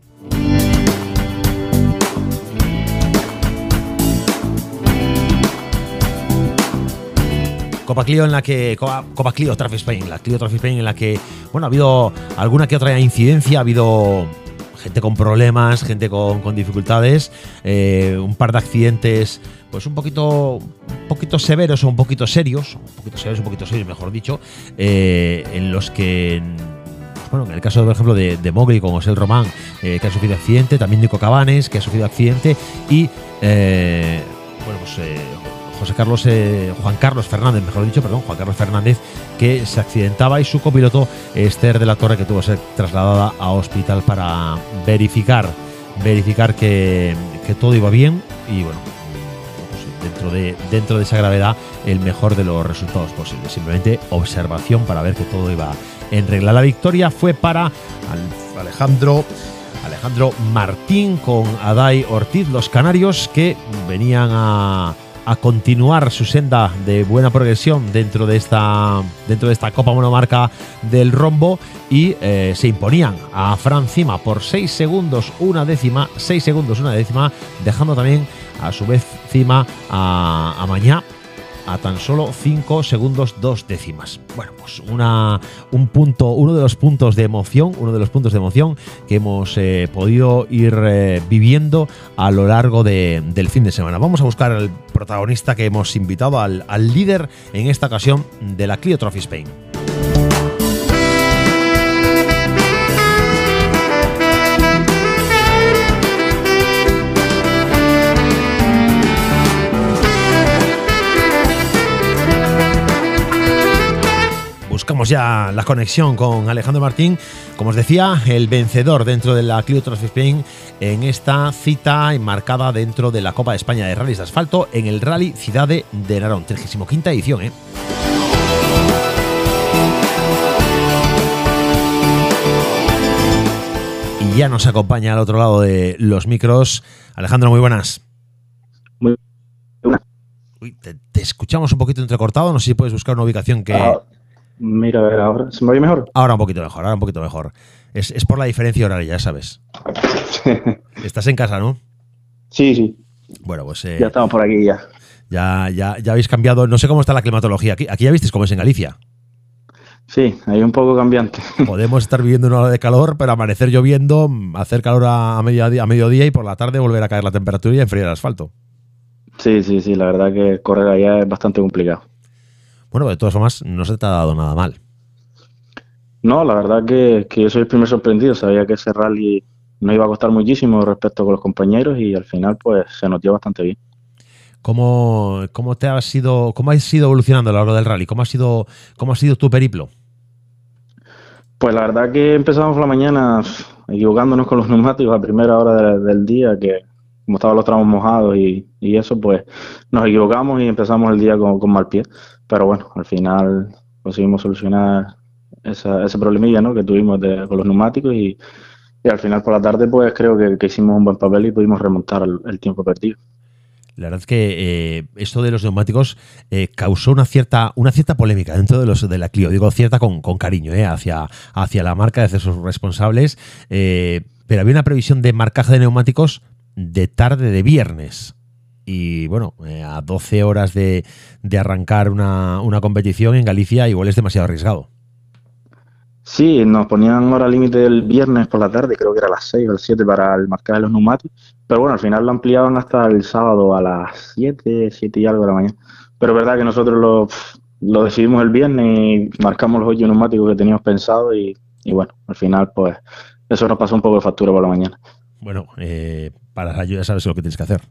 Copa Clio en la que Copa, Copa Clio Trophy Spain, la Clio Trophy Spain en la que, bueno, ha habido alguna que otra incidencia, ha habido gente con problemas, gente con, con dificultades, eh, un par de accidentes, pues un poquito, un poquito severos o un poquito serios, un poquito severos, un poquito serios, mejor dicho, eh, en los que, bueno, en el caso, por ejemplo, de, de Mogli con José Román, eh, que ha sufrido accidente, también Nico Cabanes, que ha sufrido accidente, y, eh, bueno, pues eh, José Carlos, eh, Juan Carlos Fernández, mejor dicho, perdón, Juan Carlos Fernández, que se accidentaba, y su copiloto Esther de la Torre, que tuvo que ser trasladada a hospital para verificar, verificar que, que todo iba bien, y bueno, pues dentro de, dentro de esa gravedad, el mejor de los resultados posibles. Simplemente observación para ver que todo iba en regla. La victoria fue para Alejandro Alejandro Martín con Adai Ortiz, los canarios, que venían a, a continuar su senda de buena progresión dentro de esta, dentro de esta Copa Monomarca del Rombo, y eh, se imponían a Fran Cima por seis segundos una décima, seis segundos una décima, dejando también a su vez Cima a, a Mañá a tan solo cinco segundos dos décimas. Bueno, pues una, un punto, uno de los puntos de emoción, uno de los puntos de emoción que hemos eh, podido ir eh, viviendo a lo largo de, del fin de semana. Vamos a buscar al protagonista que hemos invitado, al, al líder en esta ocasión de la Clio Trophy Spain. Buscamos ya la conexión con Alejandro Martín, como os decía, el vencedor dentro de la Clio Trophy Spain en esta cita enmarcada dentro de la Copa de España de Rallys de Asfalto en el Rally Cidade de Narón, trigésima quinta edición, ¿eh? Y ya nos acompaña al otro lado de los micros Alejandro, muy buenas. Muy buenas. Uy, te, te escuchamos un poquito entrecortado, no sé si puedes buscar una ubicación que... Ah. Mira, a ver, ahora, ¿se me oye mejor? Ahora un poquito mejor, ahora un poquito mejor. Es, es por la diferencia horaria, ya sabes. Estás en casa, ¿no? Sí, sí. Bueno, pues... Eh, ya estamos por aquí ya. Ya, ya. Ya habéis cambiado, no sé cómo está la climatología. Aquí, aquí ya visteis cómo es en Galicia. Sí, hay un poco cambiante. Podemos estar viviendo una hora de calor, pero amanecer lloviendo, hacer calor a, a, mediodía, a mediodía y por la tarde volver a caer la temperatura y enfriar el asfalto. Sí, sí, sí, la verdad que correr allá es bastante complicado. Bueno, de todas formas, no se te ha dado nada mal. No, la verdad que, que yo soy el primer sorprendido. Sabía que ese rally no iba a costar muchísimo respecto con los compañeros y al final pues se nos dio bastante bien. ¿Cómo, cómo te has ido, cómo has ido evolucionando a lo largo del rally? ¿Cómo ha sido, cómo ha sido tu periplo? Pues la verdad que empezamos por la mañana equivocándonos con los neumáticos a primera hora de, del día, que como estaban los tramos mojados y, y eso, pues nos equivocamos y empezamos el día con, con mal pie. Pero bueno, al final conseguimos solucionar esa, ese problemilla, ¿no?, que tuvimos de, con los neumáticos y, y al final por la tarde pues creo que, que hicimos un buen papel y pudimos remontar el, el tiempo perdido. La verdad es que eh, esto de los neumáticos eh, causó una cierta una cierta polémica dentro de los de la Clio. Digo cierta con, con cariño, eh, hacia, hacia la marca, hacia sus responsables. Eh, pero había una previsión de marcaje de neumáticos de tarde de viernes. Y bueno, eh, a doce horas de, de arrancar una, una competición en Galicia igual es demasiado arriesgado. Sí, nos ponían hora límite el viernes por la tarde, creo que era a las seis o las siete para el marcaje de los neumáticos, pero bueno, al final lo ampliaban hasta el sábado a las siete, siete y algo de la mañana. Pero es verdad que nosotros lo, lo decidimos el viernes y marcamos los ocho neumáticos que teníamos pensado y, y bueno, al final pues eso nos pasó un poco de factura por la mañana. Bueno, eh, para la ayuda sabes lo que tienes que hacer.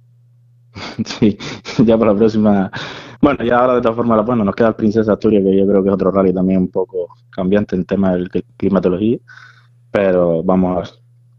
Sí, ya para la próxima. Bueno, ya ahora de todas formas, bueno, nos queda el Princesa Asturias, que yo creo que es otro rally también un poco cambiante en tema de climatología, pero vamos a ver.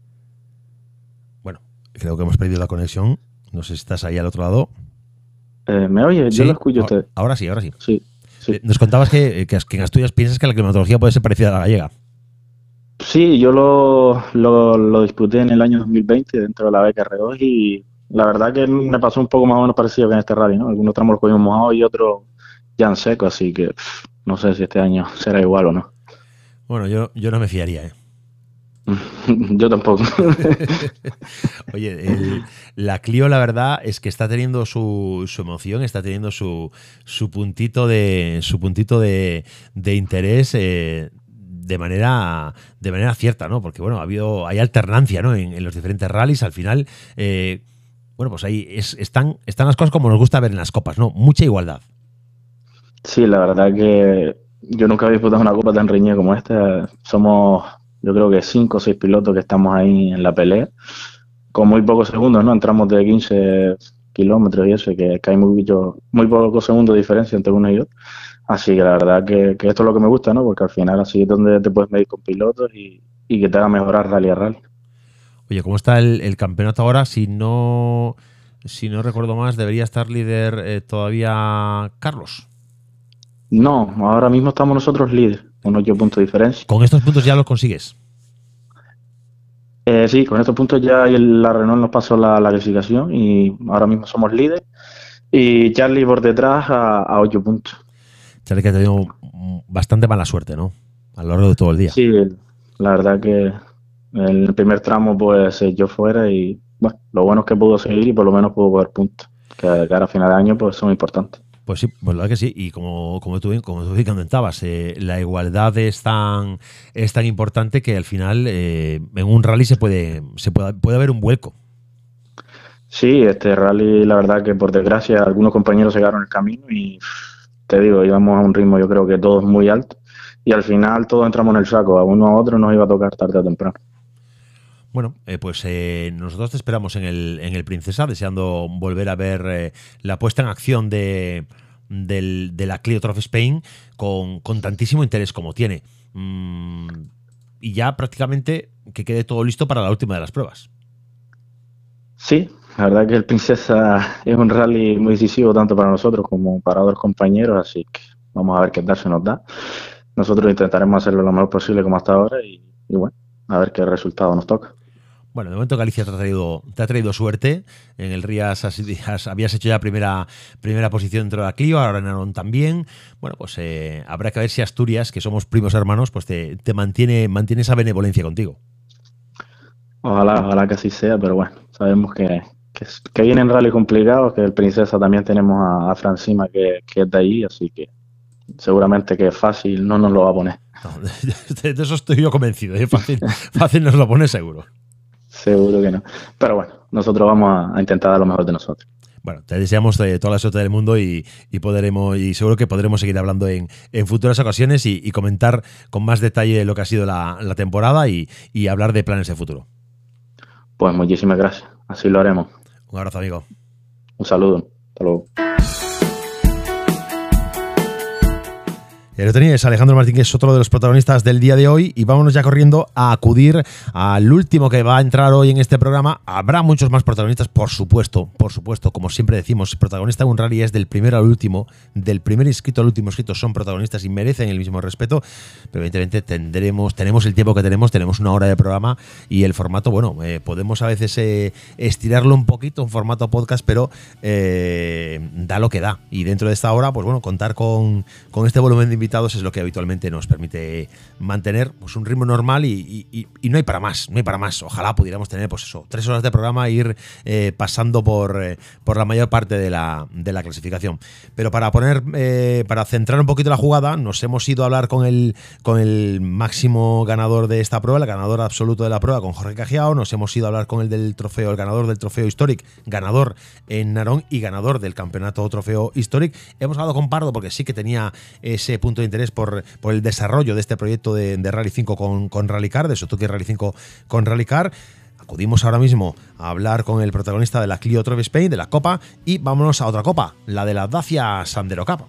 Bueno, creo que hemos perdido la conexión. No sé si estás ahí al otro lado. Eh, ¿Me oye? Sí, yo lo escucho a usted. Ahora sí, ahora sí. Sí, sí. Nos contabas que, que, que en Asturias piensas que la climatología puede ser parecida a la gallega. Sí, yo lo, lo, lo disputé en el año dos mil veinte dentro de la beca R dos y la verdad que me pasó un poco más o menos parecido que en este rally, ¿no? Algunos tramos los cogimos mojados y otros ya en seco, así que pff, no sé si este año será igual o no. Bueno, yo, yo no me fiaría, ¿eh? Yo tampoco. Oye, el, la Clio, la verdad es que está teniendo su, su emoción, está teniendo su, su puntito de su puntito de, de interés eh, de manera de manera cierta, ¿no? Porque bueno, ha habido hay alternancia, ¿no? En, en los diferentes rallies. Al final, eh, bueno, pues ahí es, están están las cosas como nos gusta ver en las copas, ¿no? Mucha igualdad. Sí, la verdad que yo nunca había disputado una copa tan reñida como esta. Somos, yo creo que cinco o seis pilotos que estamos ahí en la pelea, con muy pocos segundos, ¿no? Entramos de quince kilómetros y eso, que, que hay muy, muy pocos segundos de diferencia entre uno y otro. Así que la verdad que, que esto es lo que me gusta, ¿no? Porque al final así es donde te puedes medir con pilotos y, y que te haga mejorar rally a rally. Oye, ¿cómo está el, el campeonato ahora? Si no, si no recuerdo más, debería estar líder eh, todavía Carlos. No, ahora mismo estamos nosotros líderes, con ocho puntos de diferencia. ¿Con estos puntos ya los consigues? Eh, sí, con estos puntos ya la Renault nos pasó la, la clasificación y ahora mismo somos líderes. Y Charlie por detrás a, a ocho puntos. Charlie, que ha tenido bastante mala suerte, ¿no? A lo largo de todo el día. Sí, la verdad que en el primer tramo pues yo fuera y bueno, lo bueno es que pudo seguir y por lo menos pudo coger puntos, que ahora a final de año pues son importantes. Pues sí, pues la verdad que sí, y como, como tú como tú comentabas, eh, la igualdad es tan, es tan importante que al final eh, en un rally se puede, se puede, puede haber un vuelco. Sí, este rally la verdad que por desgracia algunos compañeros se quedaron en el camino y te digo, íbamos a un ritmo yo creo que todos muy alto y al final todos entramos en el saco, a uno a otro nos iba a tocar tarde o temprano. Bueno, eh, pues eh, nosotros te esperamos en el, en el Princesa, deseando volver a ver eh, la puesta en acción de, del, de la Clio Trophy Spain con, con tantísimo interés como tiene. Mm, y ya prácticamente que quede todo listo para la última de las pruebas. Sí, la verdad que el Princesa es un rally muy decisivo tanto para nosotros como para otros compañeros, así que vamos a ver qué tal se nos da. Nosotros intentaremos hacerlo lo mejor posible como hasta ahora y, y bueno, a ver qué resultado nos toca. Bueno, de momento Galicia te ha traído, te ha traído suerte. En el Rías has, has, habías hecho ya primera, primera posición dentro de la Clio, ahora en Arón también. Bueno, pues eh, habrá que ver si Asturias, que somos primos hermanos, pues te, te mantiene, mantiene esa benevolencia contigo. Ojalá, ojalá que así sea, pero bueno, sabemos que, que, que vienen rally complicados, que el Princesa también tenemos a, a Francima que, que es de ahí, así que seguramente que fácil no nos lo va a poner. No, de, de eso estoy yo convencido, ¿eh? fácil, fácil nos lo pone seguro. Seguro que no. Pero bueno, nosotros vamos a, a intentar dar lo mejor de nosotros. Bueno, te deseamos de toda la suerte del mundo y, y podremos y seguro que podremos seguir hablando en, en futuras ocasiones y, y comentar con más detalle lo que ha sido la, la temporada y, y hablar de planes de futuro. Pues muchísimas gracias. Así lo haremos. Un abrazo, amigo. Un saludo. Hasta luego. Ya lo teníais, Alejandro Martín, que es otro de los protagonistas del día de hoy, y vámonos ya corriendo a acudir al último que va a entrar hoy en este programa. Habrá muchos más protagonistas, por supuesto, por supuesto, como siempre decimos, protagonista de un rally es del primero al último, del primer inscrito al último inscrito son protagonistas y merecen el mismo respeto, pero evidentemente tendremos, tenemos el tiempo que tenemos, tenemos una hora de programa y el formato, bueno, eh, podemos a veces eh, estirarlo un poquito en formato podcast, pero eh, da lo que da, y dentro de esta hora, pues bueno, contar con, con este volumen de invitados es lo que habitualmente nos permite mantener pues, un ritmo normal y, y, y no hay para más, no hay para más. Ojalá pudiéramos tener pues eso, tres horas de programa e ir eh, pasando por, eh, por la mayor parte de la, de la clasificación. Pero para poner, eh, para centrar un poquito la jugada, nos hemos ido a hablar con el, con el máximo ganador de esta prueba, el ganador absoluto de la prueba, con Jorge Cajiao. Nos hemos ido a hablar con el del trofeo, el ganador del trofeo Historic, ganador en Narón y ganador del campeonato trofeo Historic. Hemos hablado con Pardo porque sí que tenía ese punto de interés por, por el desarrollo de este proyecto de, de Rally cinco con, con Rallycar, de Suzuki Rally cinco con Rallycar. Acudimos ahora mismo a hablar con el protagonista de la Clio Trophy Spain, de la Copa, y vámonos a otra Copa, la de la Dacia Sandero Cup.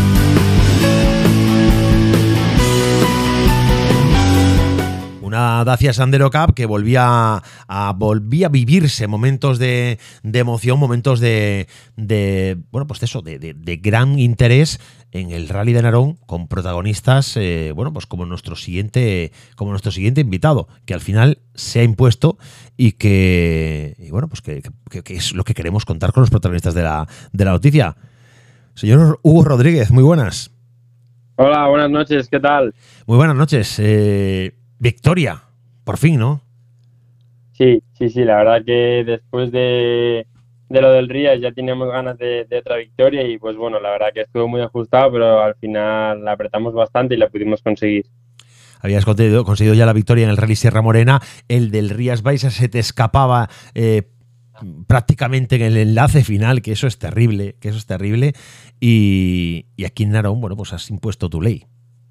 Una Dacia Sandero Cup, que volvía a, volvía a vivirse momentos de, de emoción, momentos de, de bueno, pues eso, de, de, de gran interés en el Rally de Narón, con protagonistas, eh, bueno, pues como nuestro siguiente, como nuestro siguiente invitado, que al final se ha impuesto y que, y bueno, pues que, que, que es lo que queremos contar con los protagonistas de la, de la noticia. Señor Hugo Rodríguez, muy buenas. Hola, buenas noches, ¿qué tal? Muy buenas noches. Eh, victoria, por fin, ¿no? Sí, sí, sí, la verdad que después de, de lo del Rías ya teníamos ganas de, de otra victoria y pues bueno, la verdad que estuvo muy ajustado, pero al final la apretamos bastante y la pudimos conseguir. Habías conseguido, conseguido ya la victoria en el Rally Sierra Morena, el del Rías Baixas se te escapaba eh, prácticamente en el enlace final, que eso es terrible, que eso es terrible, y, y aquí en Narón, bueno, pues has impuesto tu ley.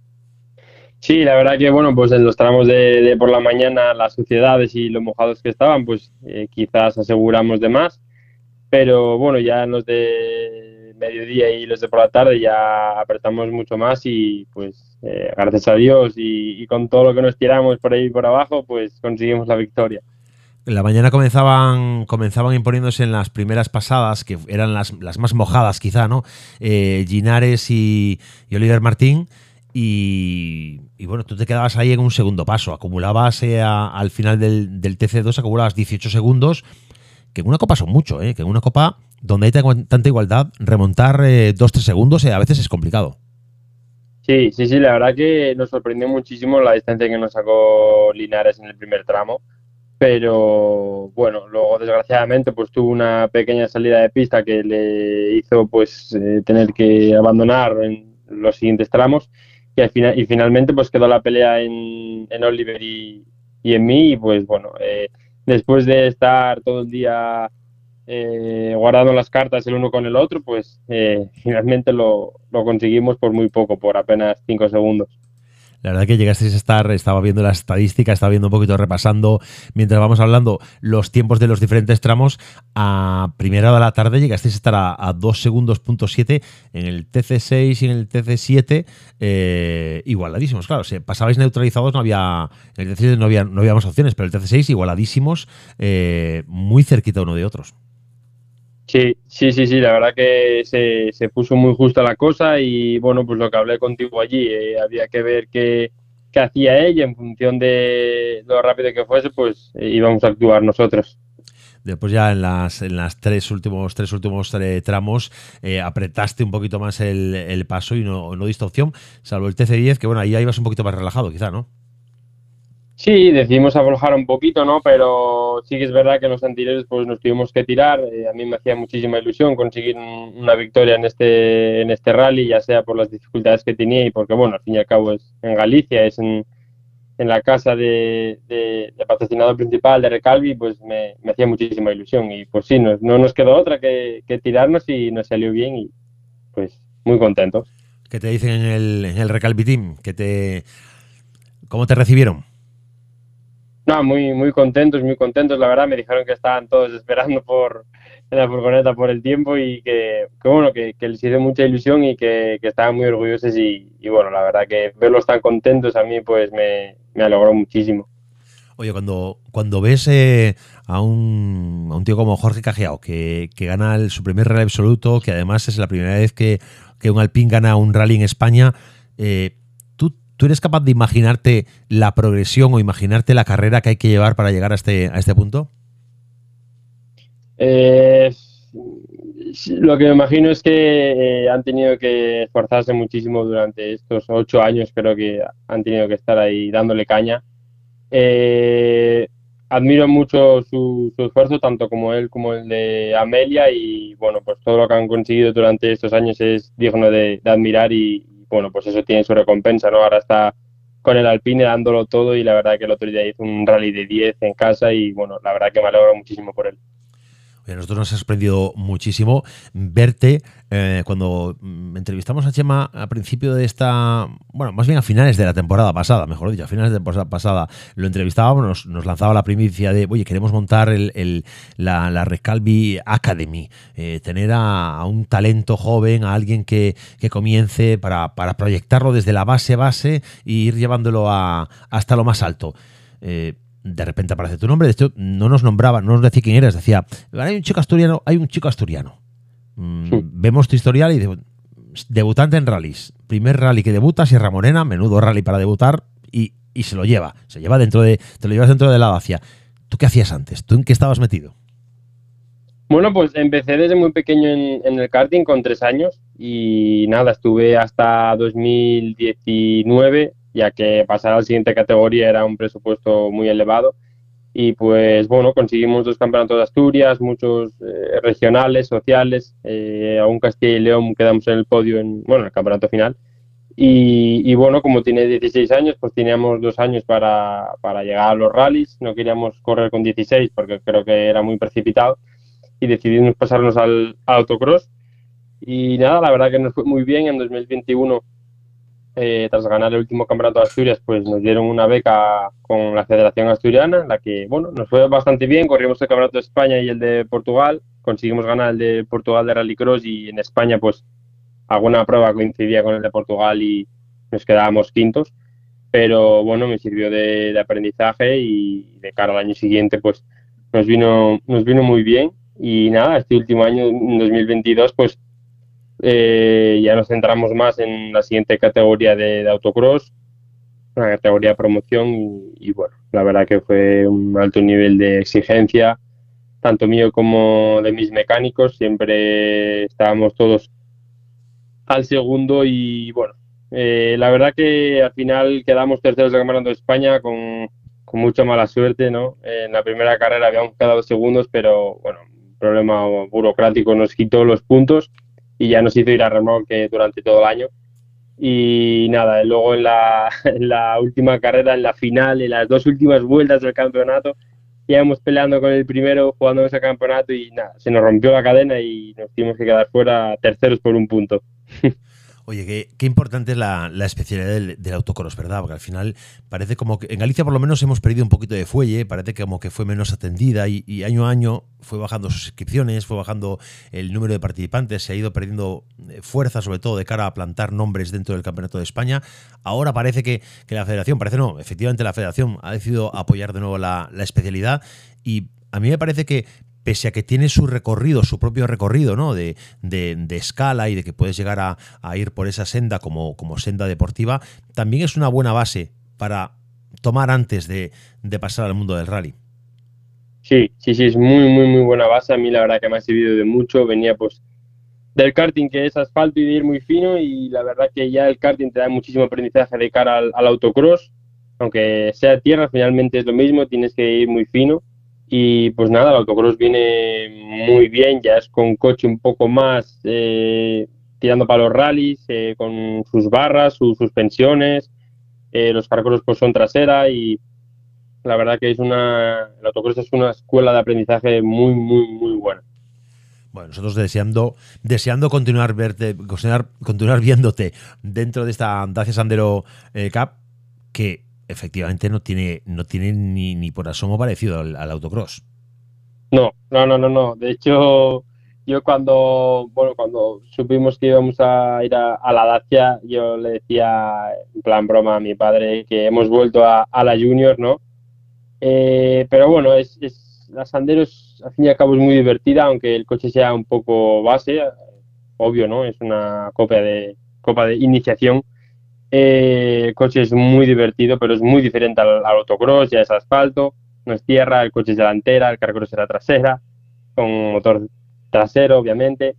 Sí, la verdad que bueno, pues en los tramos de, de por la mañana, las suciedades y los mojados que estaban, pues eh, quizás aseguramos de más, pero bueno, ya en los de mediodía y los de por la tarde ya apretamos mucho más y pues eh, gracias a Dios y, y con todo lo que nos tiramos por ahí y por abajo, pues conseguimos la victoria. En la mañana comenzaban, comenzaban imponiéndose en las primeras pasadas, que eran las, las más mojadas quizá, ¿no? Eh, Ginares y, y Oliver Martín. Y, y bueno, tú te quedabas ahí en un segundo paso. Acumulabas eh, a, al final del, del T C dos, acumulabas dieciocho segundos, que en una copa son mucho, ¿eh? Que en una copa donde hay tanta igualdad, remontar eh, dos tres segundos eh, a veces es complicado. Sí, sí, sí, la verdad que nos sorprendió muchísimo la distancia que nos sacó Linares en el primer tramo. Pero bueno, luego desgraciadamente pues tuvo una pequeña salida de pista que le hizo pues eh, tener que abandonar en los siguientes tramos y, al final, y finalmente pues quedó la pelea en, en Oliver y, y en mí y pues bueno, eh, después de estar todo el día eh, guardando las cartas el uno con el otro, pues eh, finalmente lo, lo conseguimos por muy poco, por apenas cinco segundos. La verdad que llegasteis a estar, estaba viendo las estadísticas, estaba viendo un poquito, repasando, mientras vamos hablando, los tiempos de los diferentes tramos. A primera hora de la tarde llegasteis a estar a, a dos segundos punto siete en el T C seis y en el T C siete, eh, igualadísimos. Claro, si pasabais neutralizados, no había, en el T C siete no había, no había más opciones, pero el T C seis igualadísimos, eh, muy cerquita uno de otros. Sí, sí, sí, sí, la verdad que se, se puso muy justa la cosa y bueno, pues lo que hablé contigo allí, eh, había que ver qué, qué hacía ella en función de lo rápido que fuese, pues eh, íbamos a actuar nosotros. Después ya en las en las tres últimos tres últimos eh, tramos eh, apretaste un poquito más el, el paso y no, no diste opción, salvo el T C diez, que bueno, ahí ya ibas un poquito más relajado quizá, ¿no? Sí, decidimos aflojar un poquito, ¿no? Pero sí que es verdad que en los anteriores pues nos tuvimos que tirar. Eh, a mí me hacía muchísima ilusión conseguir un, una victoria en este en este rally, ya sea por las dificultades que tenía y porque, bueno, al fin y al cabo es en Galicia, es en, en la casa de, de, de patrocinador principal de Recalvi, pues me, me hacía muchísima ilusión. Y pues sí, nos, no nos quedó otra que, que tirarnos y nos salió bien y pues muy contentos. ¿Qué te dicen en el, en el Recalvi Team? ¿Qué te, ¿Cómo te recibieron? No, muy, muy contentos, muy contentos, la verdad. Me dijeron que estaban todos esperando por en la furgoneta por el tiempo y que, que bueno, que, que les hizo mucha ilusión y que, que estaban muy orgullosos y, y bueno, la verdad que verlos tan contentos a mí pues me, me alegró muchísimo. Oye, cuando, cuando ves eh, a, un, a un tío como Jorge Cajiao, que, que gana el, su primer rally absoluto, que además es la primera vez que, que un Alpine gana un rally en España, eh, ¿tú eres capaz de imaginarte la progresión o imaginarte la carrera que hay que llevar para llegar a este, a este punto? Eh, lo que me imagino es que eh, han tenido que esforzarse muchísimo durante estos ocho años, creo que han tenido que estar ahí dándole caña. Eh, admiro mucho su, su esfuerzo, tanto como él como el de Amelia, y bueno, pues todo lo que han conseguido durante estos años es digno de, de admirar y bueno, pues eso tiene su recompensa, ¿no? Ahora está con el Alpine dándolo todo y la verdad que el otro día hizo un rally de diez en casa y bueno, la verdad que me alegro muchísimo por él. Oye, a nosotros nos ha sorprendido muchísimo verte eh, cuando entrevistamos a Chema a principio de esta, bueno, más bien a finales de la temporada pasada, mejor dicho, a finales de la temporada pasada, lo entrevistábamos, nos, nos lanzaba la primicia de, oye, queremos montar el, el, la, la Recalvi Academy, eh, tener a, a un talento joven, a alguien que, que comience para, para proyectarlo desde la base base e ir llevándolo a, hasta lo más alto. eh, de repente aparece tu nombre. De hecho, no nos nombraba, no nos decía quién eras, decía, hay un chico asturiano, hay un chico asturiano. Mm, sí. Vemos tu historial y de, debutante en rallies. Primer rally que debuta, Sierra Morena, menudo rally para debutar, y, y se lo lleva. Se lleva dentro de, te lo llevas dentro de la Dacia. ¿Tú qué hacías antes? ¿Tú en qué estabas metido? Bueno, pues empecé desde muy pequeño en, en el karting con tres años y nada, estuve hasta dos mil diecinueve, ya que pasar a la siguiente categoría era un presupuesto muy elevado y pues bueno, conseguimos dos campeonatos de Asturias, muchos eh, regionales, sociales, eh, aún Castilla y León quedamos en el podio en, bueno, en el campeonato final y, y bueno, como tiene dieciséis años, pues teníamos dos años para, para llegar a los rallies, no queríamos correr con dieciséis porque creo que era muy precipitado y decidimos pasarnos al, al autocross y nada, la verdad que nos fue muy bien en dos mil veintiuno. Eh, tras ganar el último campeonato de Asturias, pues nos dieron una beca con la Federación Asturiana, en la que, bueno, nos fue bastante bien, corrimos el campeonato de España y el de Portugal, conseguimos ganar el de Portugal de Rallycross y en España, pues, alguna prueba coincidía con el de Portugal y nos quedábamos quintos, pero bueno, me sirvió de, de aprendizaje y de cara al año siguiente, pues, nos vino, nos vino muy bien y nada, este último año, en dos mil veintidós, pues, Eh, ya nos centramos más en la siguiente categoría de, de autocross, una categoría de promoción y, y bueno, la verdad que fue un alto nivel de exigencia, tanto mío como de mis mecánicos, siempre estábamos todos al segundo y bueno, eh, la verdad que al final quedamos terceros del Campeonato de España con, con mucha mala suerte, ¿no? En la primera carrera habíamos quedado segundos, pero bueno, un problema burocrático nos quitó los puntos y ya nos hizo ir a remolque durante todo el año. Y nada, luego en la, en la última carrera, en la final, en las dos últimas vueltas del campeonato, íbamos peleando con el primero, jugando ese campeonato y nada, se nos rompió la cadena y nos tuvimos que quedar fuera terceros por un punto. Oye, qué, qué importante es la, la especialidad del, del autocross, ¿verdad? Porque al final parece como que en Galicia por lo menos hemos perdido un poquito de fuelle, parece que como que fue menos atendida y, y año a año fue bajando sus inscripciones, fue bajando el número de participantes, se ha ido perdiendo fuerza, sobre todo de cara a plantar nombres dentro del Campeonato de España. Ahora parece que, que la Federación, parece no, efectivamente la Federación ha decidido apoyar de nuevo la, la especialidad y a mí me parece que pese a que tiene su recorrido, su propio recorrido, ¿no? de, de, de escala y de que puedes llegar a, a ir por esa senda como, como senda deportiva, también es una buena base para tomar antes de, de pasar al mundo del rally. Sí, sí, sí, es muy, muy, muy buena base. A mí la verdad que me ha servido de mucho. Venía pues del karting, que es asfalto y de ir muy fino, y la verdad que ya el karting te da muchísimo aprendizaje de cara al, al autocross. Aunque sea tierra, finalmente es lo mismo, tienes que ir muy fino. Y pues nada, el autocross viene muy bien, ya es con coche un poco más eh, tirando para los rallies, eh, con sus barras, sus suspensiones, eh, los carcross pues son trasera y la verdad que es una, el autocross es una escuela de aprendizaje muy, muy, muy buena. Bueno, nosotros deseando, deseando continuar verte, continuar, continuar viéndote dentro de esta Dacia Sandero eh, Cup, que efectivamente no tiene, no tiene ni, ni por asomo parecido al, al autocross. No, no, no, no, no. De hecho, yo cuando, bueno, cuando supimos que íbamos a ir a, a la Dacia, yo le decía, en plan broma a mi padre, que hemos vuelto a, a la Junior, ¿no? Eh, pero bueno, es, es, la Sandero es, al fin y al cabo es muy divertida, aunque el coche sea un poco base, obvio, ¿no? Es una copa de, copa de iniciación. Eh, el coche es muy divertido, pero es muy diferente al, al autocross, ya es asfalto, no es tierra, el coche es delantera, el carcross era trasera, con motor trasero, obviamente.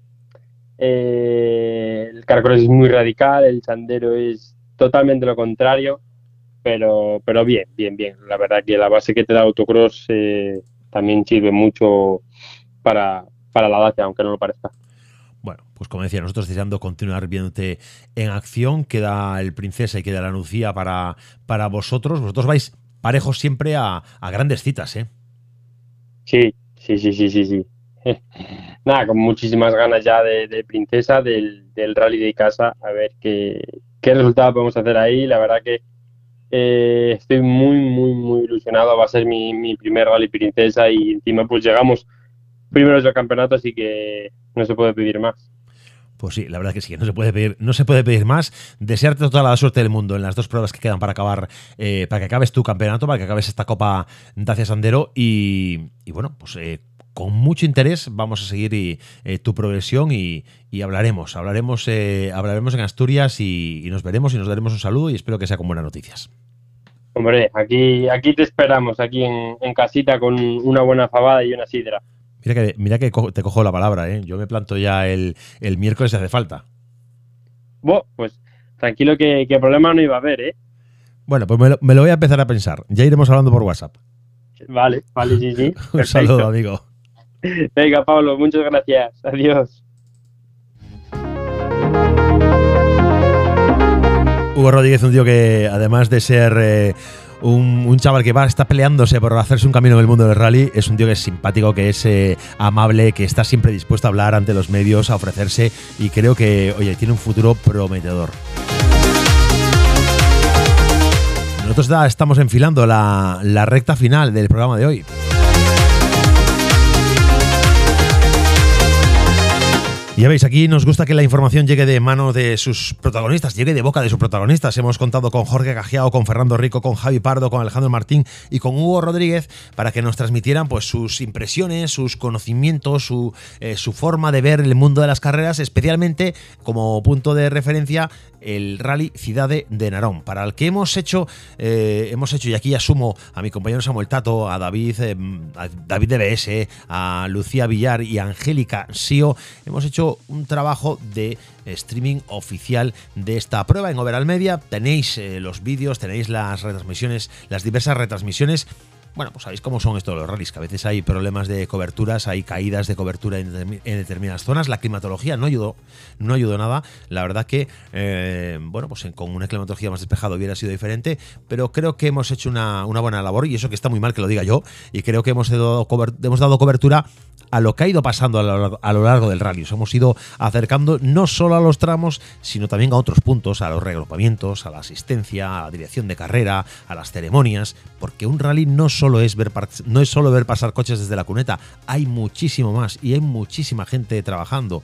Eh, el carcross es muy radical, el Sandero es totalmente lo contrario, pero, pero bien, bien, bien. La verdad que la base que te da autocross eh, también sirve mucho para, para la Dacia, aunque no lo parezca. Bueno, pues como decía, nosotros deseando continuar viéndote en acción. Queda el Princesa y queda la Nucía para, para vosotros. Vosotros vais parejos siempre a, a grandes citas, ¿eh? Sí, sí, sí, sí, sí, sí. Nada, con muchísimas ganas ya de, de Princesa, del, del rally de casa, a ver qué, qué resultado podemos hacer ahí. La verdad que eh, estoy muy, muy, muy ilusionado. Va a ser mi, mi primer rally Princesa y encima pues llegamos primeros del campeonato, así que no se puede pedir más. Pues sí, la verdad que sí, no se puede pedir, no se puede pedir más. Desearte toda la suerte del mundo en las dos pruebas que quedan para acabar, eh, para que acabes tu campeonato, para que acabes esta Copa Dacia Sandero y, y bueno, pues eh, con mucho interés vamos a seguir y, eh, tu progresión y, y hablaremos, hablaremos, eh, hablaremos en Asturias y, y nos veremos y nos daremos un saludo y espero que sea con buenas noticias. Hombre, aquí, aquí te esperamos, aquí en, en casita con una buena fabada y una sidra. Mira que, mira que co- te cojo la palabra, ¿eh? Yo me planto ya el, el miércoles si hace falta. Bueno, pues tranquilo que, que problema no iba a haber, ¿eh? Bueno, pues me lo, me lo voy a empezar a pensar. Ya iremos hablando por WhatsApp. Vale, vale, sí, sí. Un Perfecto. saludo, amigo. Venga, Pablo, muchas gracias. Adiós. Hugo Rodríguez, un tío que además de ser eh, un, un chaval que va, está peleándose por hacerse un camino en el mundo del rally, es un tío que es simpático, que es eh, amable, que está siempre dispuesto a hablar ante los medios, a ofrecerse y creo que, oye, tiene un futuro prometedor. Nosotros ya estamos enfilando la, la recta final del programa de hoy. Y ya veis, aquí nos gusta que la información llegue de mano de sus protagonistas, llegue de boca de sus protagonistas. Hemos contado con Jorge Cajiao, con Fernando Rico, con Javi Pardo, con Alejandro Martín y con Hugo Rodríguez para que nos transmitieran pues sus impresiones, sus conocimientos, su, eh, su forma de ver el mundo de las carreras, especialmente como punto de referencia el Rally Cidade de Narón, para el que hemos hecho, eh, hemos hecho, y aquí asumo a mi compañero Samuel Tato, a David, eh, a David D B S, a Lucía Villar y a Angélica Sio, hemos hecho un trabajo de streaming oficial de esta prueba en Overall Media. Tenéis eh, los vídeos, tenéis las retransmisiones, las diversas retransmisiones. Bueno, pues sabéis cómo son estos los rallies, que a veces hay problemas de coberturas, hay caídas de cobertura en, en determinadas zonas. La climatología no ayudó, no ayudó nada. La verdad que, eh, bueno, pues con una climatología más despejada hubiera sido diferente, pero creo que hemos hecho una, una buena labor, y eso que está muy mal que lo diga yo, y creo que hemos dado, hemos dado cobertura a lo que ha ido pasando a lo, a lo largo del rally. Nos hemos ido acercando no solo a los tramos, sino también a otros puntos, a los reagrupamientos, a la asistencia, a la dirección de carrera, a las ceremonias, porque un rally no solo es ver, no es solo ver pasar coches desde la cuneta, hay muchísimo más y hay muchísima gente trabajando.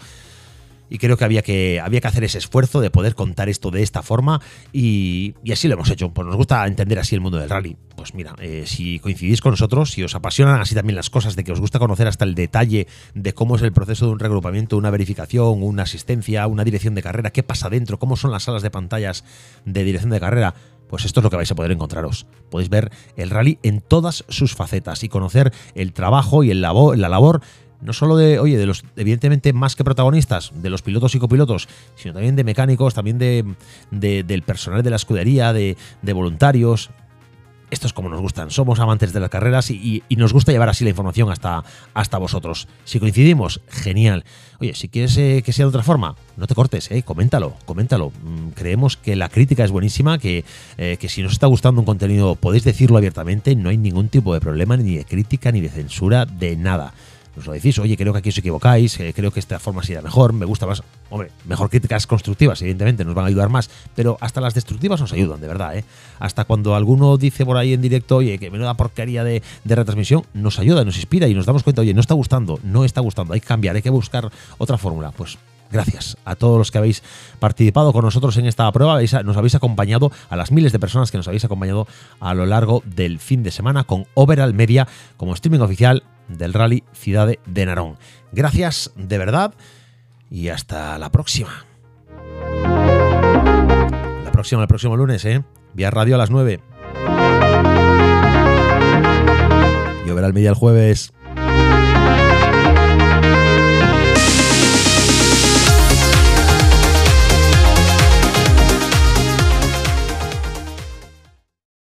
Y creo que había que, había que hacer ese esfuerzo de poder contar esto de esta forma y, y así lo hemos hecho. Pues nos gusta entender así el mundo del rally. Pues mira, eh, si coincidís con nosotros, si os apasionan así también las cosas, de que os gusta conocer hasta el detalle de cómo es el proceso de un reagrupamiento, una verificación, una asistencia, una dirección de carrera, qué pasa dentro, cómo son las salas de pantallas de dirección de carrera, pues esto es lo que vais a poder encontraros. Podéis ver el rally en todas sus facetas y conocer el trabajo y el labor, la labor no solo de, oye, de los, evidentemente, más que protagonistas, de los pilotos y copilotos, sino también de mecánicos, también de, de del personal de la escudería, de, de voluntarios. Esto es como nos gustan, somos amantes de las carreras y, y, y nos gusta llevar así la información hasta, hasta vosotros. Si coincidimos, genial. Oye, si quieres eh, que sea de otra forma, no te cortes, eh, coméntalo, coméntalo. Mm, creemos que la crítica es buenísima, que, eh, que si nos está gustando un contenido podéis decirlo abiertamente, no hay ningún tipo de problema, ni de crítica, ni de censura, de nada. Nos lo decís, oye, creo que aquí os equivocáis, eh, creo que esta forma sería mejor, me gusta más. Hombre, mejor críticas constructivas, evidentemente, nos van a ayudar más, pero hasta las destructivas nos ayudan, de verdad, ¿eh? Hasta cuando alguno dice por ahí en directo, oye, que menuda porquería de, de retransmisión, nos ayuda, nos inspira y nos damos cuenta, oye, no está gustando, no está gustando, hay que cambiar, hay que buscar otra fórmula. Pues gracias a todos los que habéis participado con nosotros en esta prueba, nos habéis acompañado, a las miles de personas que nos habéis acompañado a lo largo del fin de semana con Overall Media como streaming oficial del Rally Cidade de Narón. Gracias de verdad y hasta la próxima. La próxima, el próximo lunes, ¿eh? Vía radio a las nueve. Y Overall Media el jueves.